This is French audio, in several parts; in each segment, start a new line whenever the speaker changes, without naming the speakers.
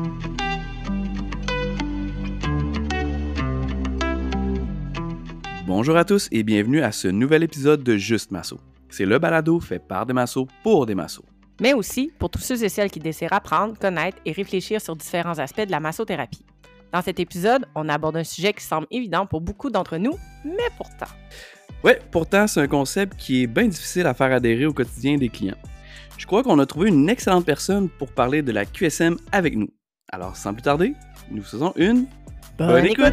Bonjour à tous et bienvenue à ce nouvel épisode de Juste Masso. C'est le balado fait par des massos pour des massos.
Mais aussi pour tous ceux et celles qui désirent apprendre, connaître et réfléchir sur différents aspects de la massothérapie. Dans cet épisode, on aborde un sujet qui semble évident pour beaucoup d'entre nous, mais pourtant...
Ouais, pourtant, c'est un concept qui est bien difficile à faire adhérer au quotidien des clients. Je crois qu'on a trouvé une excellente personne pour parler de la QSM avec nous. Alors, sans plus tarder, nous faisons une bonne écoute!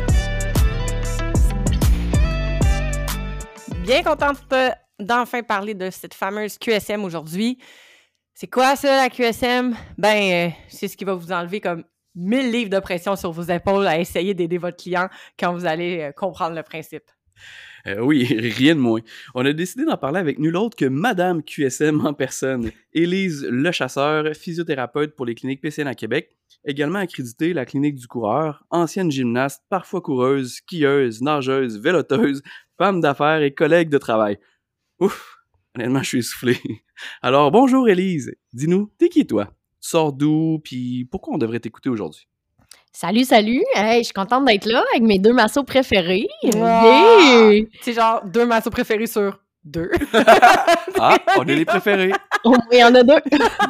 Bien contente d'enfin parler de cette fameuse QSM aujourd'hui. C'est quoi ça, la QSM? C'est ce qui va vous enlever comme 1000 livres de pression sur vos épaules à essayer d'aider votre client quand vous allez comprendre le principe.
Oui, rien de moins. On a décidé d'en parler avec nul autre que Madame QSM en personne, Élise Lechasseur, physiothérapeute pour les cliniques PCN à Québec, également accréditée la clinique du coureur, ancienne gymnaste, parfois coureuse, skieuse, nageuse, véloteuse, femme d'affaires et collègue de travail. Ouf, honnêtement, je suis essoufflé. Alors, bonjour Élise, dis-nous, t'es qui toi? Tu sors d'où, puis pourquoi on devrait t'écouter aujourd'hui?
Salut! Hey, je suis contente d'être là avec mes 2 massos préférés.
Wow!
Yeah!
C'est genre 2 massos préférés sur 2.
Ah, on est les préférés!
Au moins, il y en a 2.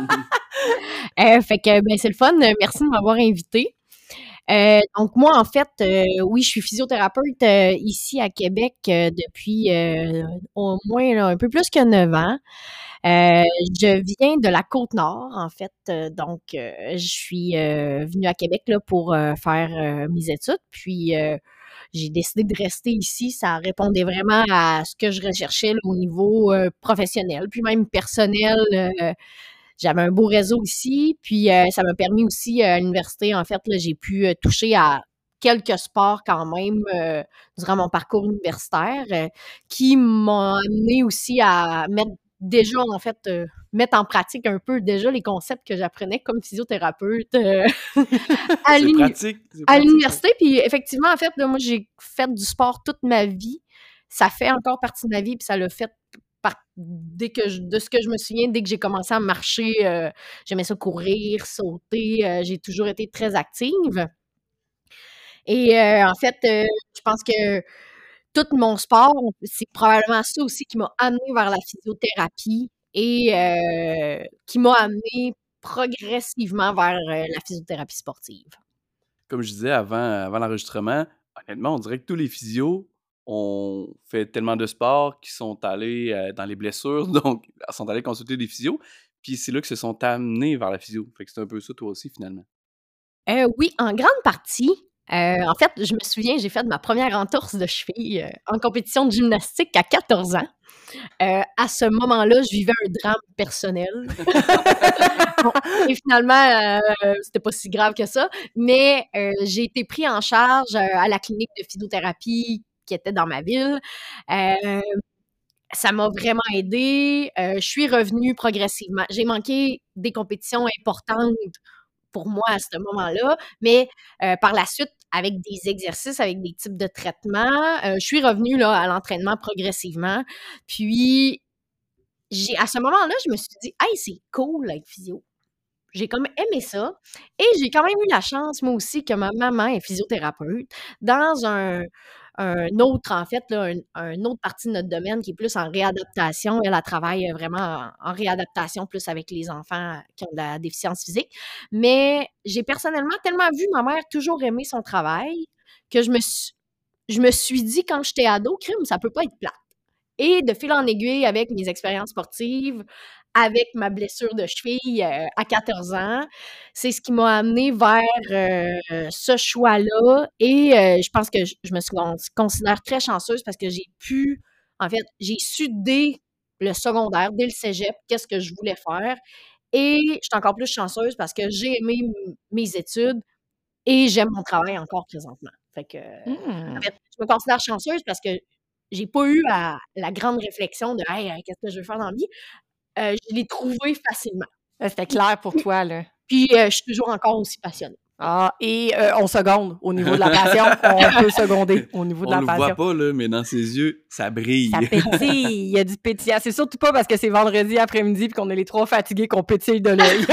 Fait que, c'est le fun. Merci de m'avoir invitée. Donc, moi, en fait, oui, je suis physiothérapeute ici à Québec depuis au moins là, un peu plus que 9 ans. Je viens de la Côte-Nord, en fait. Donc, je suis venue à Québec là, pour faire mes études. Puis, j'ai décidé de rester ici. Ça répondait vraiment à ce que je recherchais là, au niveau professionnel, puis même personnel. J'avais un beau réseau ici. Puis, ça m'a permis aussi à l'université, en fait, là, j'ai pu toucher à quelques sports quand même durant mon parcours universitaire qui m'ont amené aussi à mettre en pratique un peu déjà les concepts que j'apprenais comme physiothérapeute à
C'est pratique.
l'université. Puis effectivement, en fait, là, moi, j'ai fait du sport toute ma vie. Ça fait encore partie de ma vie, puis ça l'a fait de ce que je me souviens, dès que j'ai commencé à marcher, j'aimais ça courir, sauter, j'ai toujours été très active. Et en fait, je pense que tout mon sport, c'est probablement ça aussi qui m'a amenée vers la physiothérapie et qui m'a amenée progressivement vers la physiothérapie sportive.
Comme je disais avant l'enregistrement, honnêtement, on dirait que tous les physios ont fait tellement de sport qu'ils sont allés dans les blessures, donc ils sont allés consulter des physios, puis c'est là qu'ils se sont amenés vers la physio. Fait que c'est un peu ça toi aussi, finalement.
Oui, en grande partie. En fait, je me souviens, j'ai fait ma première entorse de cheville en compétition de gymnastique à 14 ans. À ce moment-là, je vivais un drame personnel. Bon, et finalement, c'était pas si grave que ça, mais j'ai été pris en charge à la clinique de physiothérapie qui était dans ma ville. Ça m'a vraiment aidée. Je suis revenue progressivement. J'ai manqué des compétitions importantes pour moi à ce moment-là, mais par la suite, avec des exercices, avec des types de traitements, je suis revenue là, à l'entraînement progressivement. Puis, à ce moment-là, je me suis dit « Hey, c'est cool être physio ». J'ai comme aimé ça et j'ai quand même eu la chance, moi aussi, que ma maman est physiothérapeute dans un autre, en fait, là, une autre partie de notre domaine qui est plus en réadaptation. Elle travaille vraiment en réadaptation plus avec les enfants qui ont de la déficience physique. Mais j'ai personnellement tellement vu ma mère toujours aimer son travail que je me suis dit quand j'étais ado, crime, ça peut pas être plate. Et de fil en aiguille avec mes expériences sportives, avec ma blessure de cheville à 14 ans, c'est ce qui m'a amenée vers ce choix-là. Et je pense que je me considère très chanceuse parce que j'ai su dès le secondaire, dès le cégep, qu'est-ce que je voulais faire. Et je suis encore plus chanceuse parce que j'ai aimé mes études et j'aime mon travail encore présentement. Fait que, en fait, je me considère chanceuse parce que j'ai pas eu la grande réflexion de « Hey, qu'est-ce que je veux faire dans la vie? » Je l'ai trouvé facilement.
C'était clair pour toi, là.
Puis, je suis toujours encore aussi passionnée.
Et on seconde au niveau de la passion. On peut seconder au niveau de la passion.
On le voit pas, là, mais dans ses yeux, ça brille.
Ça pétille. Il y a du pétillant. C'est surtout pas parce que c'est vendredi après-midi et qu'on est les trois fatigués qu'on pétille de l'œil.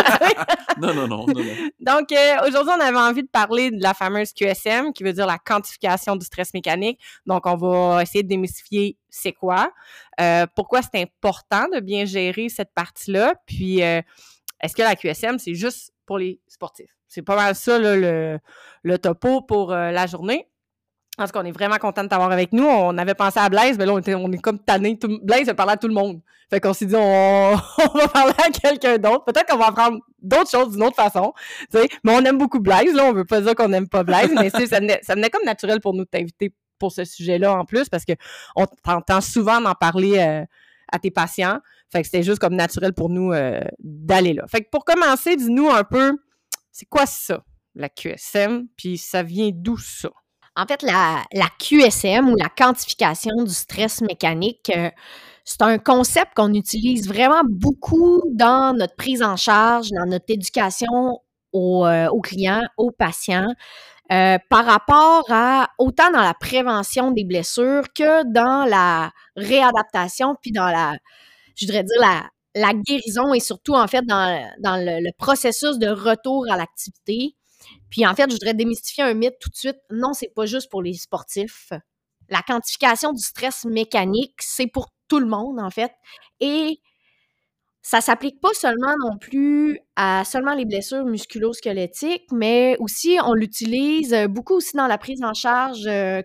Non.
Donc, aujourd'hui, on avait envie de parler de la fameuse QSM, qui veut dire la quantification du stress mécanique. Donc, on va essayer de démystifier c'est quoi, pourquoi c'est important de bien gérer cette partie-là, puis est-ce que la QSM, c'est juste pour les sportifs? C'est pas mal ça, là, le topo pour la journée. En tout cas, on est vraiment content de t'avoir avec nous. On avait pensé à Blaise, mais là, on est comme tanné. Blaise a parlé à tout le monde. Fait qu'on s'est dit, on va parler à quelqu'un d'autre. Peut-être qu'on va apprendre d'autres choses d'une autre façon. T'sais. Mais on aime beaucoup Blaise, là. On veut pas dire qu'on n'aime pas Blaise, mais ça venait comme naturel pour nous de t'inviter pour ce sujet-là en plus, parce que on t'entend souvent en parler à tes patients. Fait que c'était juste comme naturel pour nous d'aller là. Fait que pour commencer, dis-nous un peu, c'est quoi ça, la QSM, puis ça vient d'où ça?
En fait, la QSM ou la quantification du stress mécanique, c'est un concept qu'on utilise vraiment beaucoup dans notre prise en charge, dans notre éducation aux clients, aux patients, par rapport à autant dans la prévention des blessures que dans la réadaptation, puis dans je voudrais dire, la guérison et surtout, en fait, dans le processus de retour à l'activité. Puis, en fait, je voudrais démystifier un mythe tout de suite. Non, c'est pas juste pour les sportifs. La quantification du stress mécanique, c'est pour tout le monde, en fait. Et ça s'applique pas seulement non plus à seulement les blessures musculo-squelettiques, mais aussi, on l'utilise beaucoup aussi dans la prise en charge,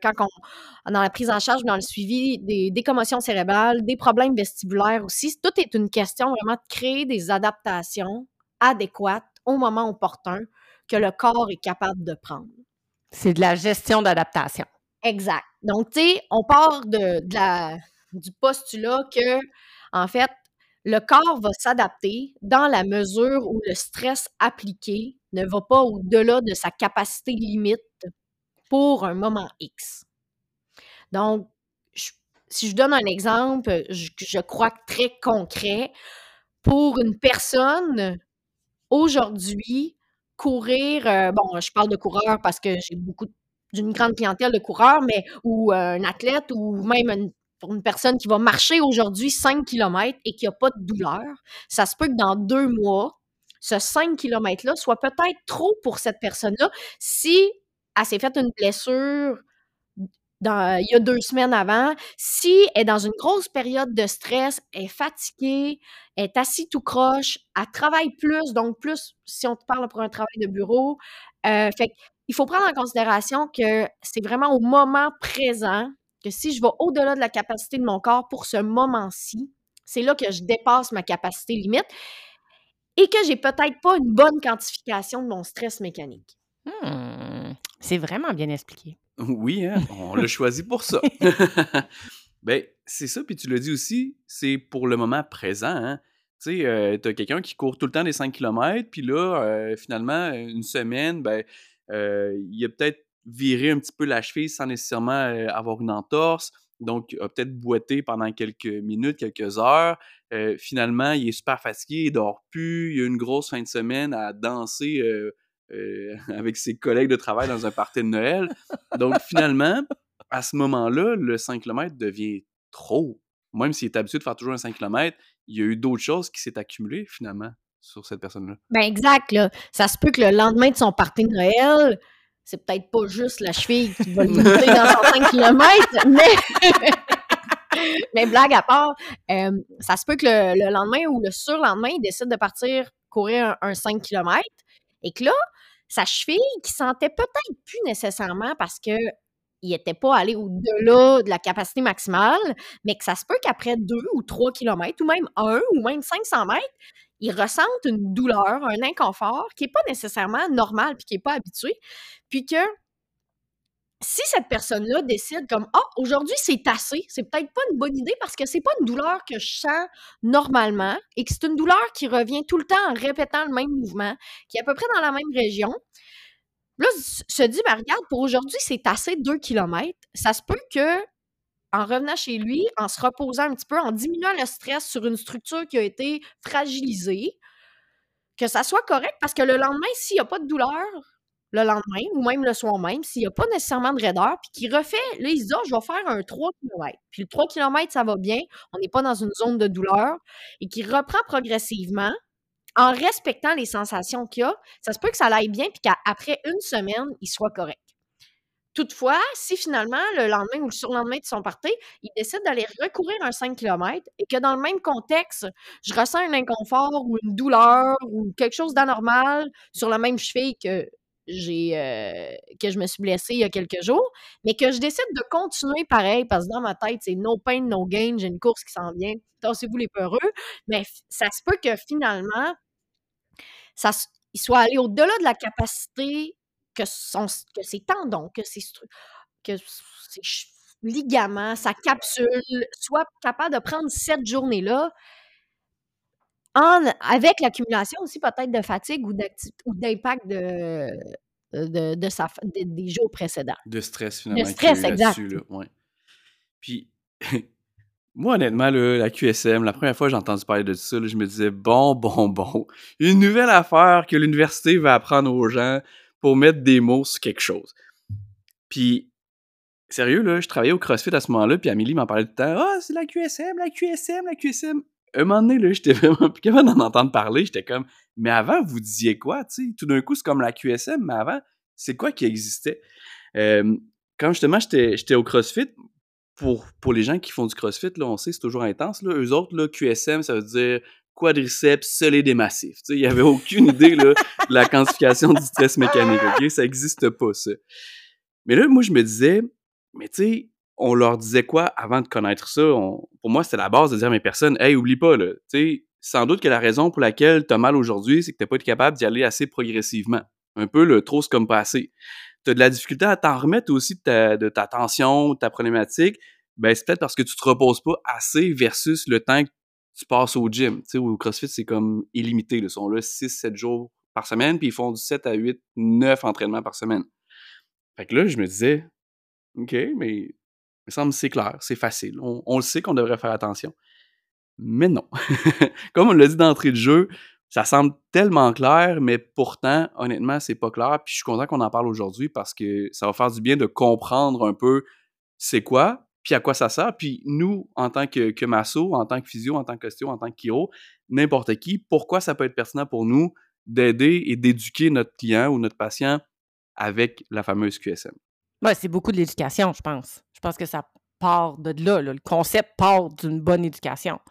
dans la prise en charge, dans le suivi des commotions cérébrales, des problèmes vestibulaires aussi. Tout est une question vraiment de créer des adaptations adéquates au moment opportun que le corps est capable de prendre.
C'est de la gestion d'adaptation.
Exact. Donc, tu sais, on part du postulat que, en fait, le corps va s'adapter dans la mesure où le stress appliqué ne va pas au-delà de sa capacité limite pour un moment X. Donc, si je donne un exemple, je crois que très concret, pour une personne, aujourd'hui, courir, je parle de coureurs parce que j'ai d'une grande clientèle de coureurs, mais ou un athlète ou même pour une personne qui va marcher aujourd'hui 5 km et qui n'a pas de douleur, ça se peut que dans 2 mois, ce 5 km-là soit peut-être trop pour cette personne-là si elle s'est faite une blessure il y a 2 semaines avant, si elle est dans une grosse période de stress, elle est fatiguée, elle est assise tout croche, elle travaille plus, donc plus si on te parle pour un travail de bureau. Fait qu'il faut prendre en considération que c'est vraiment au moment présent que si je vais au-delà de la capacité de mon corps pour ce moment-ci, c'est là que je dépasse ma capacité limite et que j'ai peut-être pas une bonne quantification de mon stress mécanique.
C'est vraiment bien expliqué.
Oui, hein? On l'a choisi pour ça. Ben, c'est ça, puis tu l'as dit aussi, c'est pour le moment présent, hein? Tu sais, t'as quelqu'un qui court tout le temps des 5 km, puis là, finalement, une semaine, ben, il a peut-être viré un petit peu la cheville sans nécessairement avoir une entorse, donc a peut-être boité pendant quelques minutes, quelques heures. Finalement, il est super fatigué, il dort plus, il a une grosse fin de semaine à danser avec ses collègues de travail dans un party de Noël. Donc, finalement, à ce moment-là, le 5 km devient trop. Même s'il est habitué de faire toujours un 5 km, il y a eu d'autres choses qui s'est accumulées, finalement, sur cette personne-là.
Ben exact, là. Ça se peut que le lendemain de son party de Noël, c'est peut-être pas juste la cheville qui va le limiter dans son 5 km, mais blague à part, ça se peut que le lendemain ou le surlendemain, il décide de partir courir un 5 km et que là, sa cheville qui sentait peut-être plus nécessairement parce que il n'était pas allé au-delà de la capacité maximale, mais que ça se peut qu'après 2 ou 3 km, ou même 1 ou même 500 mètres, il ressente une douleur, un inconfort qui n'est pas nécessairement normal puis qui n'est pas habitué. Puis que si cette personne-là décide comme « Ah, aujourd'hui, c'est assez », c'est peut-être pas une bonne idée parce que c'est pas une douleur que je sens normalement et que c'est une douleur qui revient tout le temps en répétant le même mouvement, qui est à peu près dans la même région. Là, se dit, ben regarde, pour aujourd'hui, c'est assez 2 km. Ça se peut que, en revenant chez lui, en se reposant un petit peu, en diminuant le stress sur une structure qui a été fragilisée, que ça soit correct parce que le lendemain, s'il n'y a pas de douleur, le lendemain ou même le soir même, s'il n'y a pas nécessairement de raideur, puis qui refait, là, il se dit, je vais faire un 3 km. Puis le 3 km, ça va bien, on n'est pas dans une zone de douleur, et qui reprend progressivement en respectant les sensations qu'il a. Ça se peut que ça aille bien, puis qu'après une semaine, il soit correct. Toutefois, si finalement, le lendemain ou le surlendemain de son party, il décide d'aller recourir un 5 km et que dans le même contexte, je ressens un inconfort ou une douleur ou quelque chose d'anormal sur la même cheville que je me suis blessée il y a quelques jours, mais que je décide de continuer pareil parce que dans ma tête, c'est no pain, no gain, j'ai une course qui s'en vient, tassez-vous les peureux, mais ça se peut que finalement, il soit allé au-delà de la capacité que ses tendons, que ses ligaments, sa capsule soient capables de prendre cette journée-là avec l'accumulation aussi peut-être de fatigue ou d'impact des jours précédents.
De stress,
De
finalement, qu'il y a
stress,
eu
exact.
là-dessus, là. Ouais. Puis, moi, honnêtement, là, la QSM, la première fois que j'ai entendu parler de ça, là, je me disais, bon, une nouvelle affaire que l'université va apprendre aux gens pour mettre des mots sur quelque chose. Puis, sérieux, là, je travaillais au CrossFit à ce moment-là, puis Amélie m'en parlait tout le temps. Ah, c'est la QSM, la QSM, la QSM. Un moment donné, là, j'étais vraiment plus capable d'en entendre parler. J'étais comme, mais avant, vous disiez quoi, tu sais? Tout d'un coup, c'est comme la QSM, mais avant, c'est quoi qui existait? Quand justement, j'étais au CrossFit, pour les gens qui font du CrossFit, là, on sait, c'est toujours intense, là. Eux autres, là, QSM, ça veut dire quadriceps solide et massif. Tu sais, il n'y avait aucune idée, là, de la quantification du stress mécanique, OK? Ça n'existe pas, ça. Mais là, moi, je me disais, mais tu sais, on leur disait quoi avant de connaître ça? Pour moi, c'était la base de dire à mes personnes, hey, oublie pas, là, tu sais, sans doute que la raison pour laquelle tu as mal aujourd'hui, c'est que tu n'as pas été capable d'y aller assez progressivement. Un peu, le trop, c'est comme pas assez. Tu as de la difficulté à t'en remettre aussi de ta tension, de ta problématique. Ben, c'est peut-être parce que tu te reposes pas assez versus le temps que tu passes au gym. Tu sais, au CrossFit, c'est comme illimité. Ils sont là 6-7 jours par semaine, puis ils font du 7 à 8, 9 entraînements par semaine. Fait que là, je me disais, OK, mais il me semble que c'est clair, c'est facile. On le sait qu'on devrait faire attention. Mais non. Comme on l'a dit d'entrée de jeu, ça semble tellement clair, mais pourtant, honnêtement, c'est pas clair. Puis je suis content qu'on en parle aujourd'hui parce que ça va faire du bien de comprendre un peu c'est quoi, puis à quoi ça sert. Puis nous, en tant que masso, en tant que physio, en tant que ostéo, en tant que chiro, n'importe qui, pourquoi ça peut être pertinent pour nous d'aider et d'éduquer notre client ou notre patient avec la fameuse QSM.
Ouais, c'est beaucoup de l'éducation, je pense. Je pense que ça part de là. Le concept part d'une bonne éducation.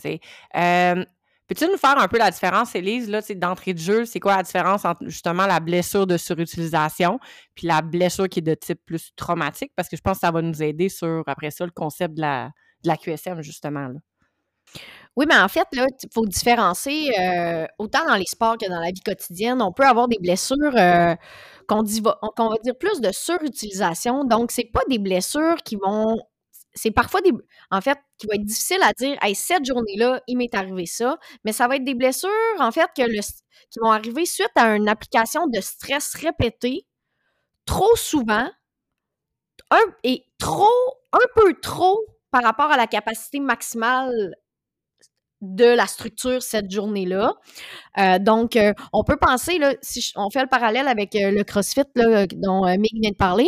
Peux-tu nous faire un peu la différence, Élise, là, d'entrée de jeu? C'est quoi la différence entre justement la blessure de surutilisation puis la blessure qui est de type plus traumatique? Parce que je pense que ça va nous aider sur, après ça, le concept de la QSM, justement. Là.
Oui, mais en fait, là, il faut différencier autant dans les sports que dans la vie quotidienne. On peut avoir des blessures qu'on va dire plus de surutilisation. Donc, c'est pas des blessures qui vont. C'est parfois en fait, qui vont être difficiles à dire, hey, cette journée-là, il m'est arrivé ça. Mais ça va être des blessures, en fait, qui vont arriver suite à une application de stress répétée, trop souvent, un peu trop par rapport à la capacité maximale de la structure cette journée-là. Donc, on peut penser, là, si on fait le parallèle avec le CrossFit là, dont Meg vient de parler,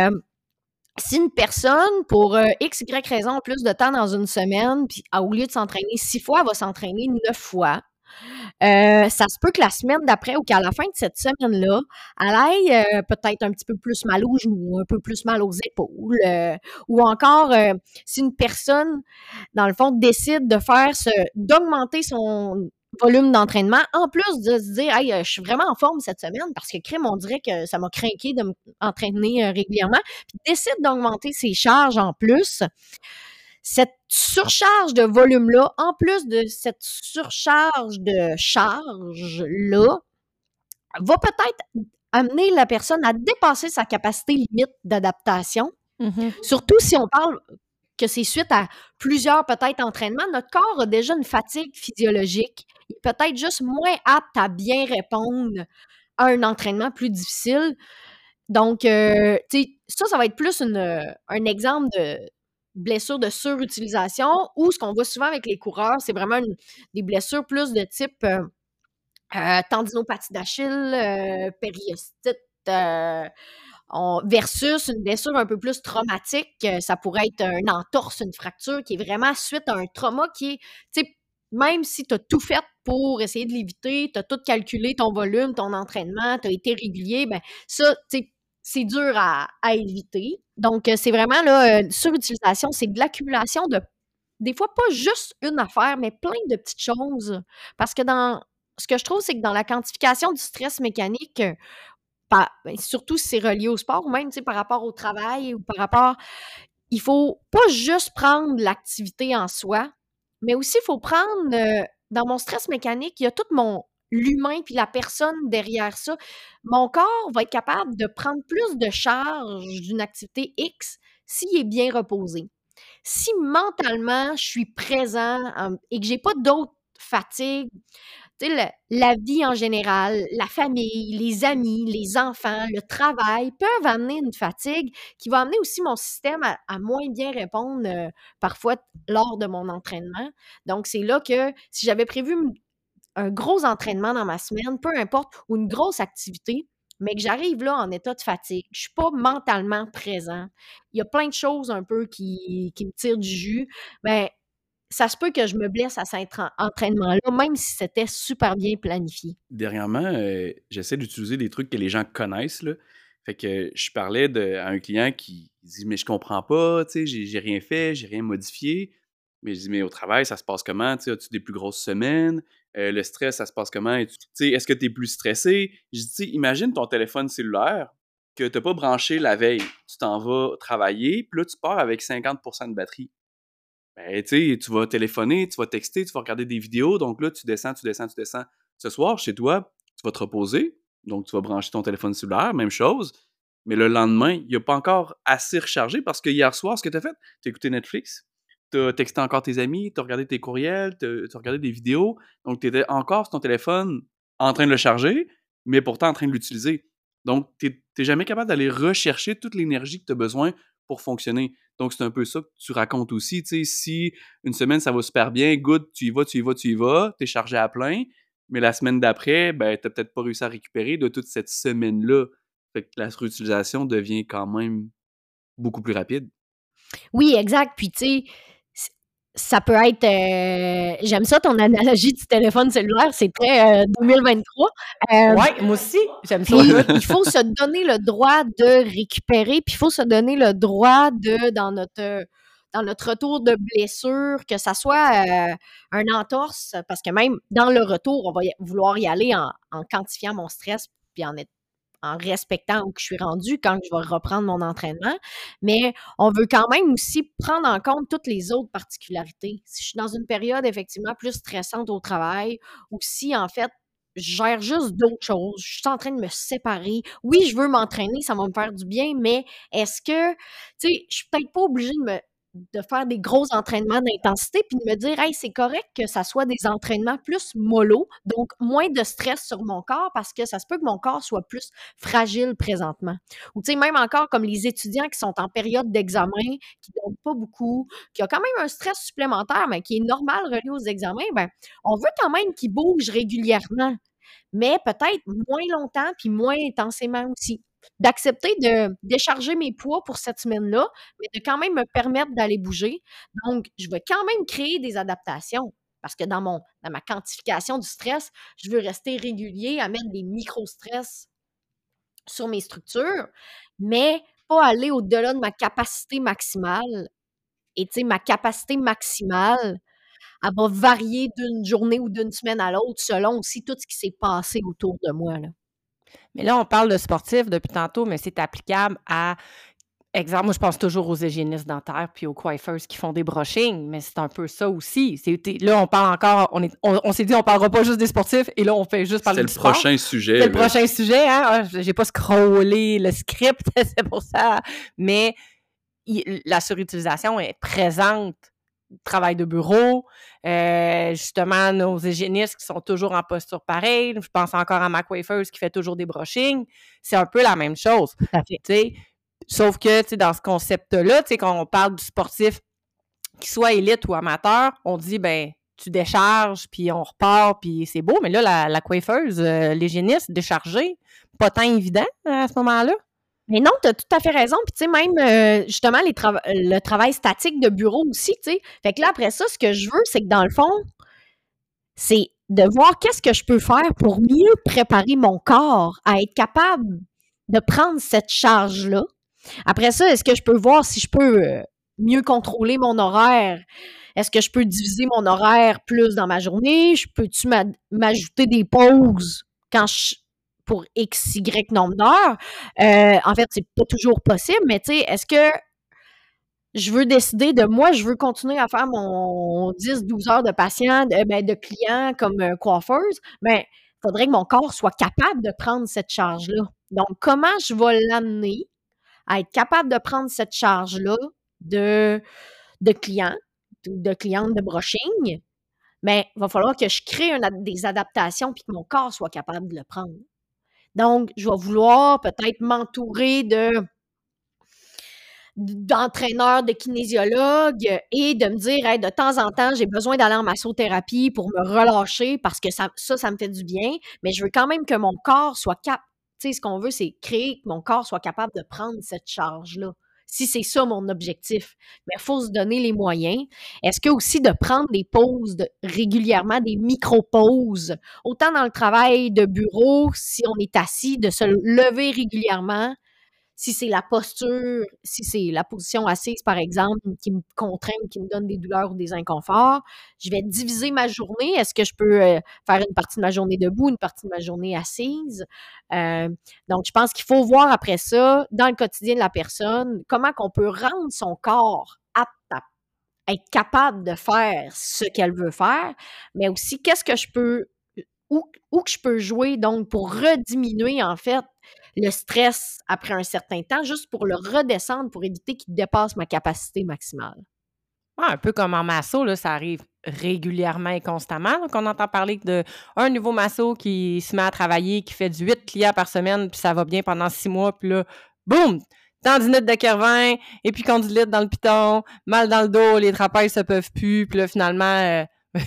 si une personne, pour X, Y raison, a plus de temps dans une semaine, puis au lieu de s'entraîner 6 fois, elle va s'entraîner 9 fois, ça se peut que la semaine d'après ou qu'à la fin de cette semaine-là, elle aille peut-être un petit peu plus mal aux genoux, un peu plus mal aux épaules, ou encore si une personne, dans le fond, décide d'augmenter son volume d'entraînement, en plus de se dire « Hey, je suis vraiment en forme cette semaine parce que crème, on dirait que ça m'a craqué de m'entraîner régulièrement », puis décide d'augmenter ses charges en plus. Cette surcharge de volume-là, en plus de cette surcharge de charge-là, va peut-être amener la personne à dépasser sa capacité limite d'adaptation. Surtout si on parle que c'est suite à plusieurs peut-être entraînements, notre corps a déjà une fatigue physiologique. Il est peut-être juste moins apte à bien répondre à un entraînement plus difficile. Donc, tu sais, ça va être plus un exemple de blessures de surutilisation ou ce qu'on voit souvent avec les coureurs, c'est vraiment des blessures plus de type tendinopathie d'Achille, périostite, versus une blessure un peu plus traumatique. Ça pourrait être une entorse, une fracture qui est vraiment suite à un trauma qui est, tu sais, même si tu as tout fait pour essayer de l'éviter, tu as tout calculé, ton volume, ton entraînement, tu as été régulier, ben ça, tu sais, c'est dur à éviter. Donc, c'est vraiment là, surutilisation, c'est de l'accumulation de, des fois, pas juste une affaire, mais plein de petites choses. Parce que ce que je trouve, c'est que dans la quantification du stress mécanique, surtout si c'est relié au sport, ou même, tu sais, par rapport au travail ou par rapport, il faut pas juste prendre l'activité en soi, mais aussi il faut prendre, dans mon stress mécanique, il y a tout l'humain puis la personne derrière ça. Mon corps va être capable de prendre plus de charge d'une activité X s'il est bien reposé. Si mentalement, je suis présent, et que j'ai pas d'autres fatigues, tu sais, la vie en général, la famille, les amis, les enfants, le travail peuvent amener une fatigue qui va amener aussi mon système à moins bien répondre, parfois lors de mon entraînement. Donc, c'est là que si j'avais prévu un gros entraînement dans ma semaine, peu importe, ou une grosse activité, mais que j'arrive là en état de fatigue, je suis pas mentalement présent, il y a plein de choses un peu qui me tirent du jus, ben ça se peut que je me blesse à cet entraînement-là, même si c'était super bien planifié.
Dernièrement, j'essaie d'utiliser des trucs que les gens connaissent, là. Fait que je parlais à un client qui dit: «Mais je comprends pas, tu sais, j'ai rien fait, j'ai rien modifié». Mais je dis: «Mais au travail, ça se passe comment? Tu sais, as-tu des plus grosses semaines? Le stress, ça se passe comment? Tu sais, est-ce que tu es plus stressé?» Je dis: «Tu sais, imagine ton téléphone cellulaire que tu pas branché la veille. Tu t'en vas travailler, puis là, tu pars avec 50% de batterie. Ben, tu sais, tu vas téléphoner, tu vas texter, tu vas regarder des vidéos. Donc là, tu descends, tu descends, tu descends. Ce soir, chez toi, tu vas te reposer. Donc, tu vas brancher ton téléphone cellulaire, même chose. Mais le lendemain, il n'a pas encore assez rechargé parce que hier soir, ce que tu as fait, tu as écouté Netflix, tu as texté encore tes amis, tu as regardé tes courriels, tu as regardé des vidéos. Donc, tu étais encore sur ton téléphone en train de le charger, mais pourtant en train de l'utiliser. Donc, tu n'es jamais capable d'aller rechercher toute l'énergie que tu as besoin pour fonctionner. Donc, c'est un peu ça que tu racontes aussi. Tu sais, si une semaine, ça va super bien, good, tu y vas, tu y vas, tu es chargé à plein, mais la semaine d'après, ben, tu n'as peut-être pas réussi à récupérer de toute cette semaine-là. Fait que la réutilisation devient quand même beaucoup plus rapide.
Oui, exact. Puis, tu sais, ça peut être. J'aime ça, ton analogie du téléphone cellulaire, c'est très 2023.
Ouais, moi aussi, j'aime ça.
Puis, il faut se donner le droit de récupérer, puis il faut se donner le droit dans notre retour de blessure, que ça soit un entorse, parce que même dans le retour, on va vouloir y aller en quantifiant mon stress, puis en respectant où que je suis rendue quand je vais reprendre mon entraînement. Mais on veut quand même aussi prendre en compte toutes les autres particularités. Si je suis dans une période effectivement plus stressante au travail, ou si en fait je gère juste d'autres choses, je suis en train de me séparer. Oui, je veux m'entraîner, ça va me faire du bien, mais est-ce que, tu sais, je suis peut-être pas obligée de faire des gros entraînements d'intensité, puis de me dire: «Hey, c'est correct que ça soit des entraînements plus mollo, donc moins de stress sur mon corps», parce que ça se peut que mon corps soit plus fragile présentement. Ou tu sais, même encore comme les étudiants qui sont en période d'examen, qui dorment pas beaucoup, qui ont quand même un stress supplémentaire, mais qui est normal relié aux examens, ben, on veut quand même qu'ils bougent régulièrement, mais peut-être moins longtemps puis moins intensément aussi. D'accepter de décharger mes poids pour cette semaine-là, mais de quand même me permettre d'aller bouger. Donc, je vais quand même créer des adaptations parce que dans ma quantification du stress, je veux rester régulier, à mettre des micro-stress sur mes structures, mais pas aller au-delà de ma capacité maximale. Et tu sais, ma capacité maximale, elle va varier d'une journée ou d'une semaine à l'autre selon aussi tout ce qui s'est passé autour de moi, là.
Mais là, on parle de sportifs depuis tantôt, mais c'est applicable à, exemple, moi, je pense toujours aux hygiénistes dentaires puis aux coiffeurs qui font des brushings, mais c'est un peu ça aussi. Là, on parle encore, on s'est dit, on parlera pas juste des sportifs, et là, on fait juste parler du sport.
C'est le prochain sujet.
C'est le prochain sujet, hein? Ah, j'ai pas scrollé le script, c'est pour ça. Mais la surutilisation est présente. Travail de bureau, justement, nos hygiénistes qui sont toujours en posture pareille. Je pense encore à ma coiffeuse qui fait toujours des brushings. C'est un peu la même chose.
Tout à fait.
T'sais. Sauf que dans ce concept-là, quand on parle du sportif, qu'il soit élite ou amateur, on dit, ben tu décharges, puis on repart, puis c'est beau. Mais là, la coiffeuse, l'hygiéniste, décharger, pas tant évident à ce moment-là.
Mais non, tu as tout à fait raison. Puis, tu sais, même, justement, le travail statique de bureau aussi, tu sais. Fait que là, après ça, ce que je veux, c'est que dans le fond, c'est de voir qu'est-ce que je peux faire pour mieux préparer mon corps à être capable de prendre cette charge-là. Après ça, est-ce que je peux voir si je peux mieux contrôler mon horaire? Est-ce que je peux diviser mon horaire plus dans ma journée? Peux-tu m'ajouter des pauses pour X, Y nombre d'heures? En fait, c'est pas toujours possible, mais tu sais, est-ce que je veux décider je veux continuer à faire mon 10-12 heures de patient, de client comme coiffeuse, il faudrait que mon corps soit capable de prendre cette charge-là. Donc, comment je vais l'amener à être capable de prendre cette charge-là de client ou de cliente de brushing? Il va falloir que je crée des adaptations puis que mon corps soit capable de le prendre. Donc, je vais vouloir peut-être m'entourer d'entraîneurs, de kinésiologues et de me dire, hey, de temps en temps, j'ai besoin d'aller en massothérapie pour me relâcher parce que ça me fait du bien, mais je veux quand même que mon corps soit capable. Tu sais, ce qu'on veut, c'est créer que mon corps soit capable de prendre cette charge-là. Si c'est ça mon objectif, mais il faut se donner les moyens. Est-ce que aussi de prendre des pauses régulièrement, des micro-pauses, autant dans le travail de bureau, si on est assis, de se lever régulièrement, si c'est la posture, si c'est la position assise, par exemple, qui me contraint, qui me donne des douleurs ou des inconforts, je vais diviser ma journée. Est-ce que je peux faire une partie de ma journée debout, une partie de ma journée assise? Donc, je pense qu'il faut voir après ça, dans le quotidien de la personne, comment qu'on peut rendre son corps apte à être capable de faire ce qu'elle veut faire, mais aussi qu'est-ce que je peux où que je peux jouer, donc pour rediminuer, en fait, le stress après un certain temps, juste pour le redescendre, pour éviter qu'il dépasse ma capacité maximale.
Ouais, un peu comme en masso, là, ça arrive régulièrement et constamment. Donc, on entend parler d'un nouveau masso qui se met à travailler, qui fait du 8 clients par semaine, puis ça va bien pendant 6 mois, puis là, boum! Tendinite de Kervin, et puis condylite dans le piton, mal dans le dos, les trapèzes se peuvent plus, puis là, finalement...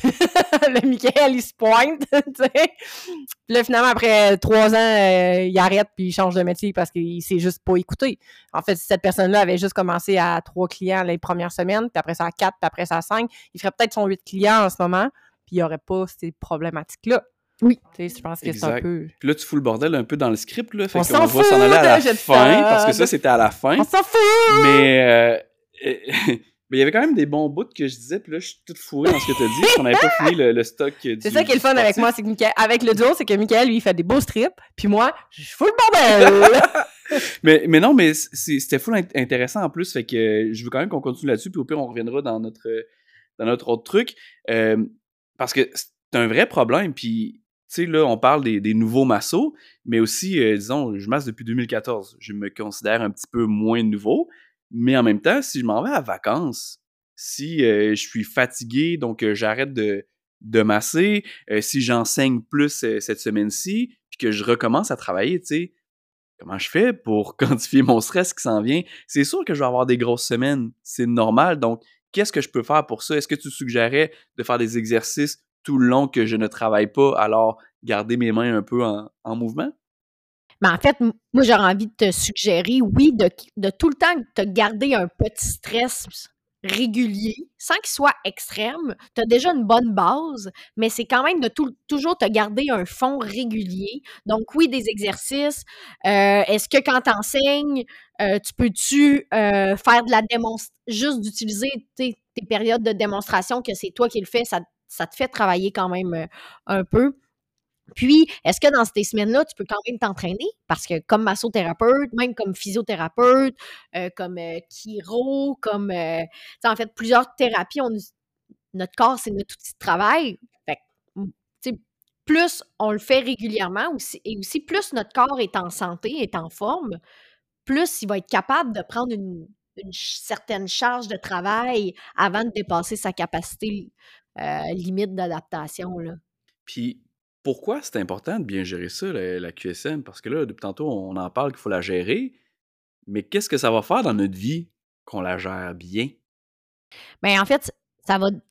le Michael, il se pointe, tu sais. Puis là, finalement, après 3 ans, il arrête puis il change de métier parce qu'il s'est juste pas écouté. En fait, si cette personne-là avait juste commencé à 3 clients les premières semaines, puis après ça à 4, puis après ça à 5, il ferait peut-être son 8 clients en ce moment, puis il n'y aurait pas ces problématiques-là.
Oui.
Tu sais, je pense que c'est un peu...
Puis là, tu fous le bordel un peu dans le script, là. Fait
on
qu'on
s'en
va
fout
s'en aller à la
de
fin, parce que ça, c'était à la fin.
On s'en fout!
Mais... Mais il y avait quand même des bons bouts que je disais, puis là, je suis toute fourrée dans ce que tu as dit, parce qu'on n'avait pas fini le stock du...
C'est ça qui est le fun avec moi, c'est que avec le duo, c'est que Michael, lui, il fait des beaux strips, puis moi, je fous le bordel!
mais non, mais c'était full intéressant en plus, fait que je veux quand même qu'on continue là-dessus, puis au pire, on reviendra dans notre autre truc, parce que c'est un vrai problème, puis... Tu sais, là, on parle des nouveaux massos, mais aussi, disons, je masse depuis 2014. Je me considère un petit peu moins nouveau, mais en même temps, si je m'en vais à vacances, si je suis fatigué, donc j'arrête de masser, si j'enseigne plus cette semaine-ci, puis que je recommence à travailler, tu sais, comment je fais pour quantifier mon stress qui s'en vient? C'est sûr que je vais avoir des grosses semaines, c'est normal, donc qu'est-ce que je peux faire pour ça? Est-ce que tu suggérais de faire des exercices tout le long que je ne travaille pas, alors garder mes mains un peu en mouvement?
Mais en fait, moi, j'aurais envie de te suggérer, oui, de tout le temps te garder un petit stress régulier, sans qu'il soit extrême. Tu as déjà une bonne base, mais c'est quand même de toujours te garder un fond régulier. Donc, oui, des exercices. Est-ce que quand tu enseignes, tu peux-tu faire de la démonstration, juste d'utiliser tes périodes de démonstration, que c'est toi qui le fais, ça te fait travailler quand même un peu. Puis, est-ce que dans ces semaines-là, tu peux quand même t'entraîner? Parce que comme massothérapeute, même comme physiothérapeute, comme chiro, comme... tu sais, en fait, plusieurs thérapies, notre corps, c'est notre outil de travail. Fait que, tu sais, plus on le fait régulièrement, et aussi plus notre corps est en santé, est en forme, plus il va être capable de prendre une certaine charge de travail avant de dépasser sa capacité limite d'adaptation, là.
Puis, pourquoi c'est important de bien gérer ça, la QSM? Parce que là, depuis tantôt, on en parle qu'il faut la gérer, mais qu'est-ce que ça va faire dans notre vie qu'on la gère bien?
Bien, en fait, ça va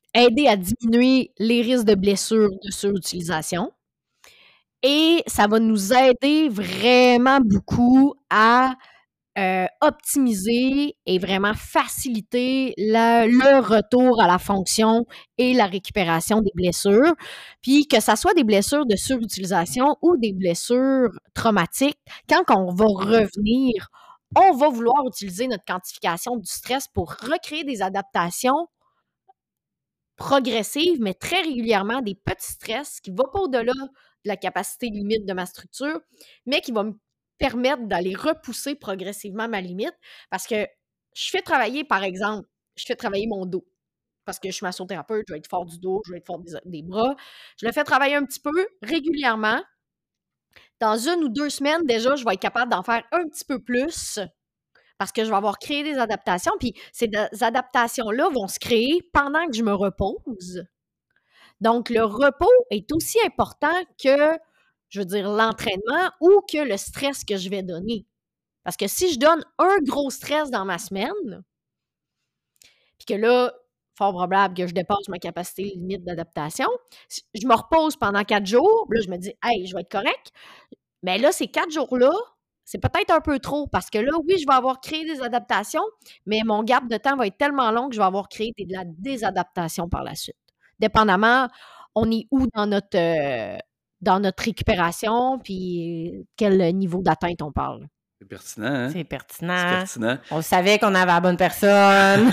aider à diminuer les risques de blessures de surutilisation. Et ça va nous aider vraiment beaucoup à optimiser et vraiment faciliter le retour à la fonction et la récupération des blessures. Puis que ça soit des blessures de surutilisation ou des blessures traumatiques, quand on va revenir, on va vouloir utiliser notre quantification du stress pour recréer des adaptations progressives, mais très régulièrement, des petits stress qui ne vont pas au-delà de la capacité limite de ma structure, mais qui va me permettre d'aller repousser progressivement ma limite. Parce que je fais travailler, par exemple, mon dos. Parce que je suis massothérapeute, je vais être fort du dos, je vais être fort des bras. Je le fais travailler un petit peu régulièrement. Dans 1 ou 2 semaines, déjà, je vais être capable d'en faire un petit peu plus parce que je vais avoir créé des adaptations. Puis ces adaptations-là vont se créer pendant que je me repose. Donc, le repos est aussi important que, je veux dire, l'entraînement ou que le stress que je vais donner. Parce que si je donne un gros stress dans ma semaine, puis que là, fort probable que je dépasse ma capacité limite d'adaptation, je me repose pendant 4 jours, là, je me dis, hey, je vais être correct. Mais là, ces 4 jours-là, c'est peut-être un peu trop parce que là, oui, je vais avoir créé des adaptations, mais mon gap de temps va être tellement long que je vais avoir créé de la désadaptation par la suite. Dépendamment, on est où dans notre récupération, puis quel niveau d'atteinte on parle.
C'est pertinent, hein?
C'est pertinent.
C'est pertinent.
On savait qu'on avait la bonne personne.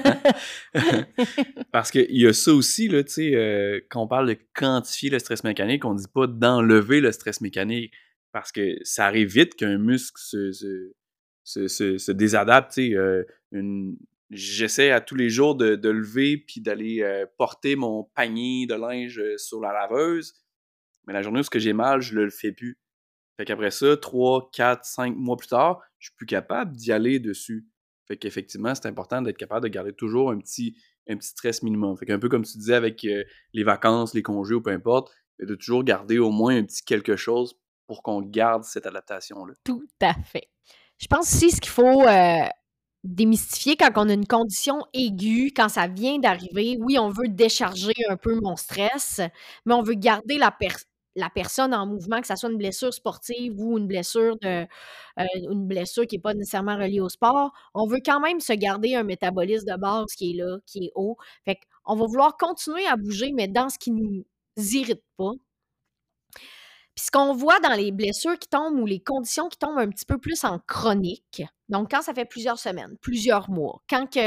Parce qu'il y a ça aussi, là, tu sais, quand on parle de quantifier le stress mécanique, on dit pas d'enlever le stress mécanique. Parce que ça arrive vite qu'un muscle se désadapte, tu sais. J'essaie à tous les jours de lever puis d'aller porter mon panier de linge sur la laveuse. Mais la journée où j'ai mal, je le fais plus. Fait qu'après ça, 3, 4, 5 mois plus tard, je suis plus capable d'y aller dessus. Fait qu'effectivement, c'est important d'être capable de garder toujours un petit stress minimum. Fait qu'un peu comme tu disais avec les vacances, les congés ou peu importe, de toujours garder au moins un petit quelque chose pour qu'on garde cette adaptation-là.
Tout à fait. Je pense aussi ce qu'il faut démystifier quand on a une condition aiguë, quand ça vient d'arriver. Oui, on veut décharger un peu mon stress, mais on veut garder la personne en mouvement, que ça soit une blessure sportive ou une blessure qui n'est pas nécessairement reliée au sport. On veut quand même se garder un métabolisme de base qui est là, qui est haut. Fait qu'on va vouloir continuer à bouger, mais dans ce qui nous irrite pas. Puis ce qu'on voit dans les blessures qui tombent ou les conditions qui tombent un petit peu plus en chronique, donc quand ça fait plusieurs semaines, plusieurs mois, quand tu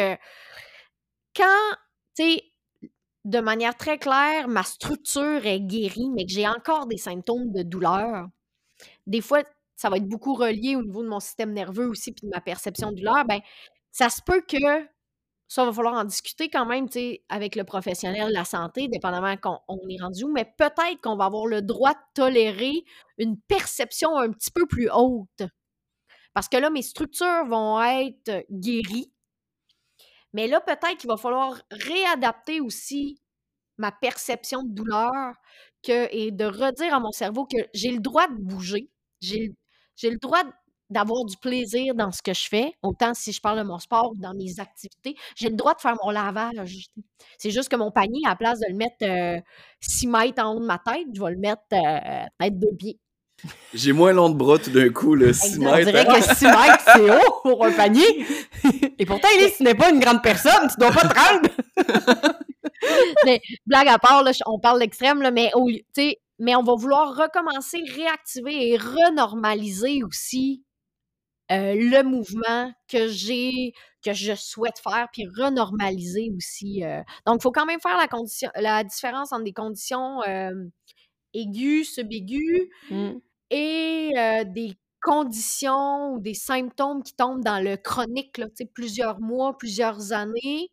sais, de manière très claire, ma structure est guérie, mais que j'ai encore des symptômes de douleur, des fois, ça va être beaucoup relié au niveau de mon système nerveux aussi puis de ma perception de douleur, ben ça se peut que ça va falloir en discuter quand même, tu sais, avec le professionnel de la santé, dépendamment qu'on est rendu où, mais peut-être qu'on va avoir le droit de tolérer une perception un petit peu plus haute. Parce que là, mes structures vont être guéries, mais là, peut-être qu'il va falloir réadapter aussi ma perception de douleur et de redire à mon cerveau que j'ai le droit de bouger, j'ai le droit d'avoir du plaisir dans ce que je fais, autant si je parle de mon sport ou dans mes activités. J'ai le droit de faire mon lavage. C'est juste que mon panier, à la place de le mettre 6 mètres en haut de ma tête, je vais le mettre peut-être 2 pieds.
J'ai moins long de bras tout d'un coup, là, 6 mètres.
On dirait que 6 mètres, c'est haut pour un panier. Et pourtant, Elise, tu n'es pas une grande personne, tu dois pas te rendre.
Mais, blague à part, là, on parle d'extrême, là, mais on va vouloir recommencer, réactiver et renormaliser aussi le mouvement que je souhaite faire, puis renormaliser aussi. Donc, il faut quand même faire la différence entre des conditions aiguës, subaiguës et des conditions ou des symptômes qui tombent dans le chronique, là, plusieurs mois, plusieurs années.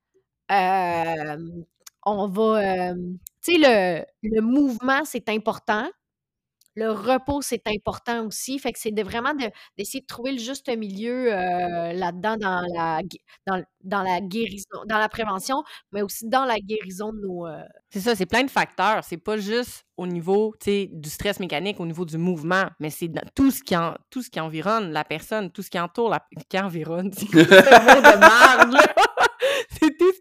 On va, tu sais, le mouvement, c'est important. Le repos, c'est important aussi. Fait que c'est vraiment d'essayer de trouver le juste milieu là-dedans dans la guérison, dans la prévention, mais aussi dans la guérison de nos.
C'est ça, c'est plein de facteurs. C'est pas juste au niveau, tu sais, du stress mécanique, au niveau du mouvement, mais c'est dans tout ce qui environne la personne, tout ce qui entoure qui environne. C'est un mot de merde, là. C'est tout ce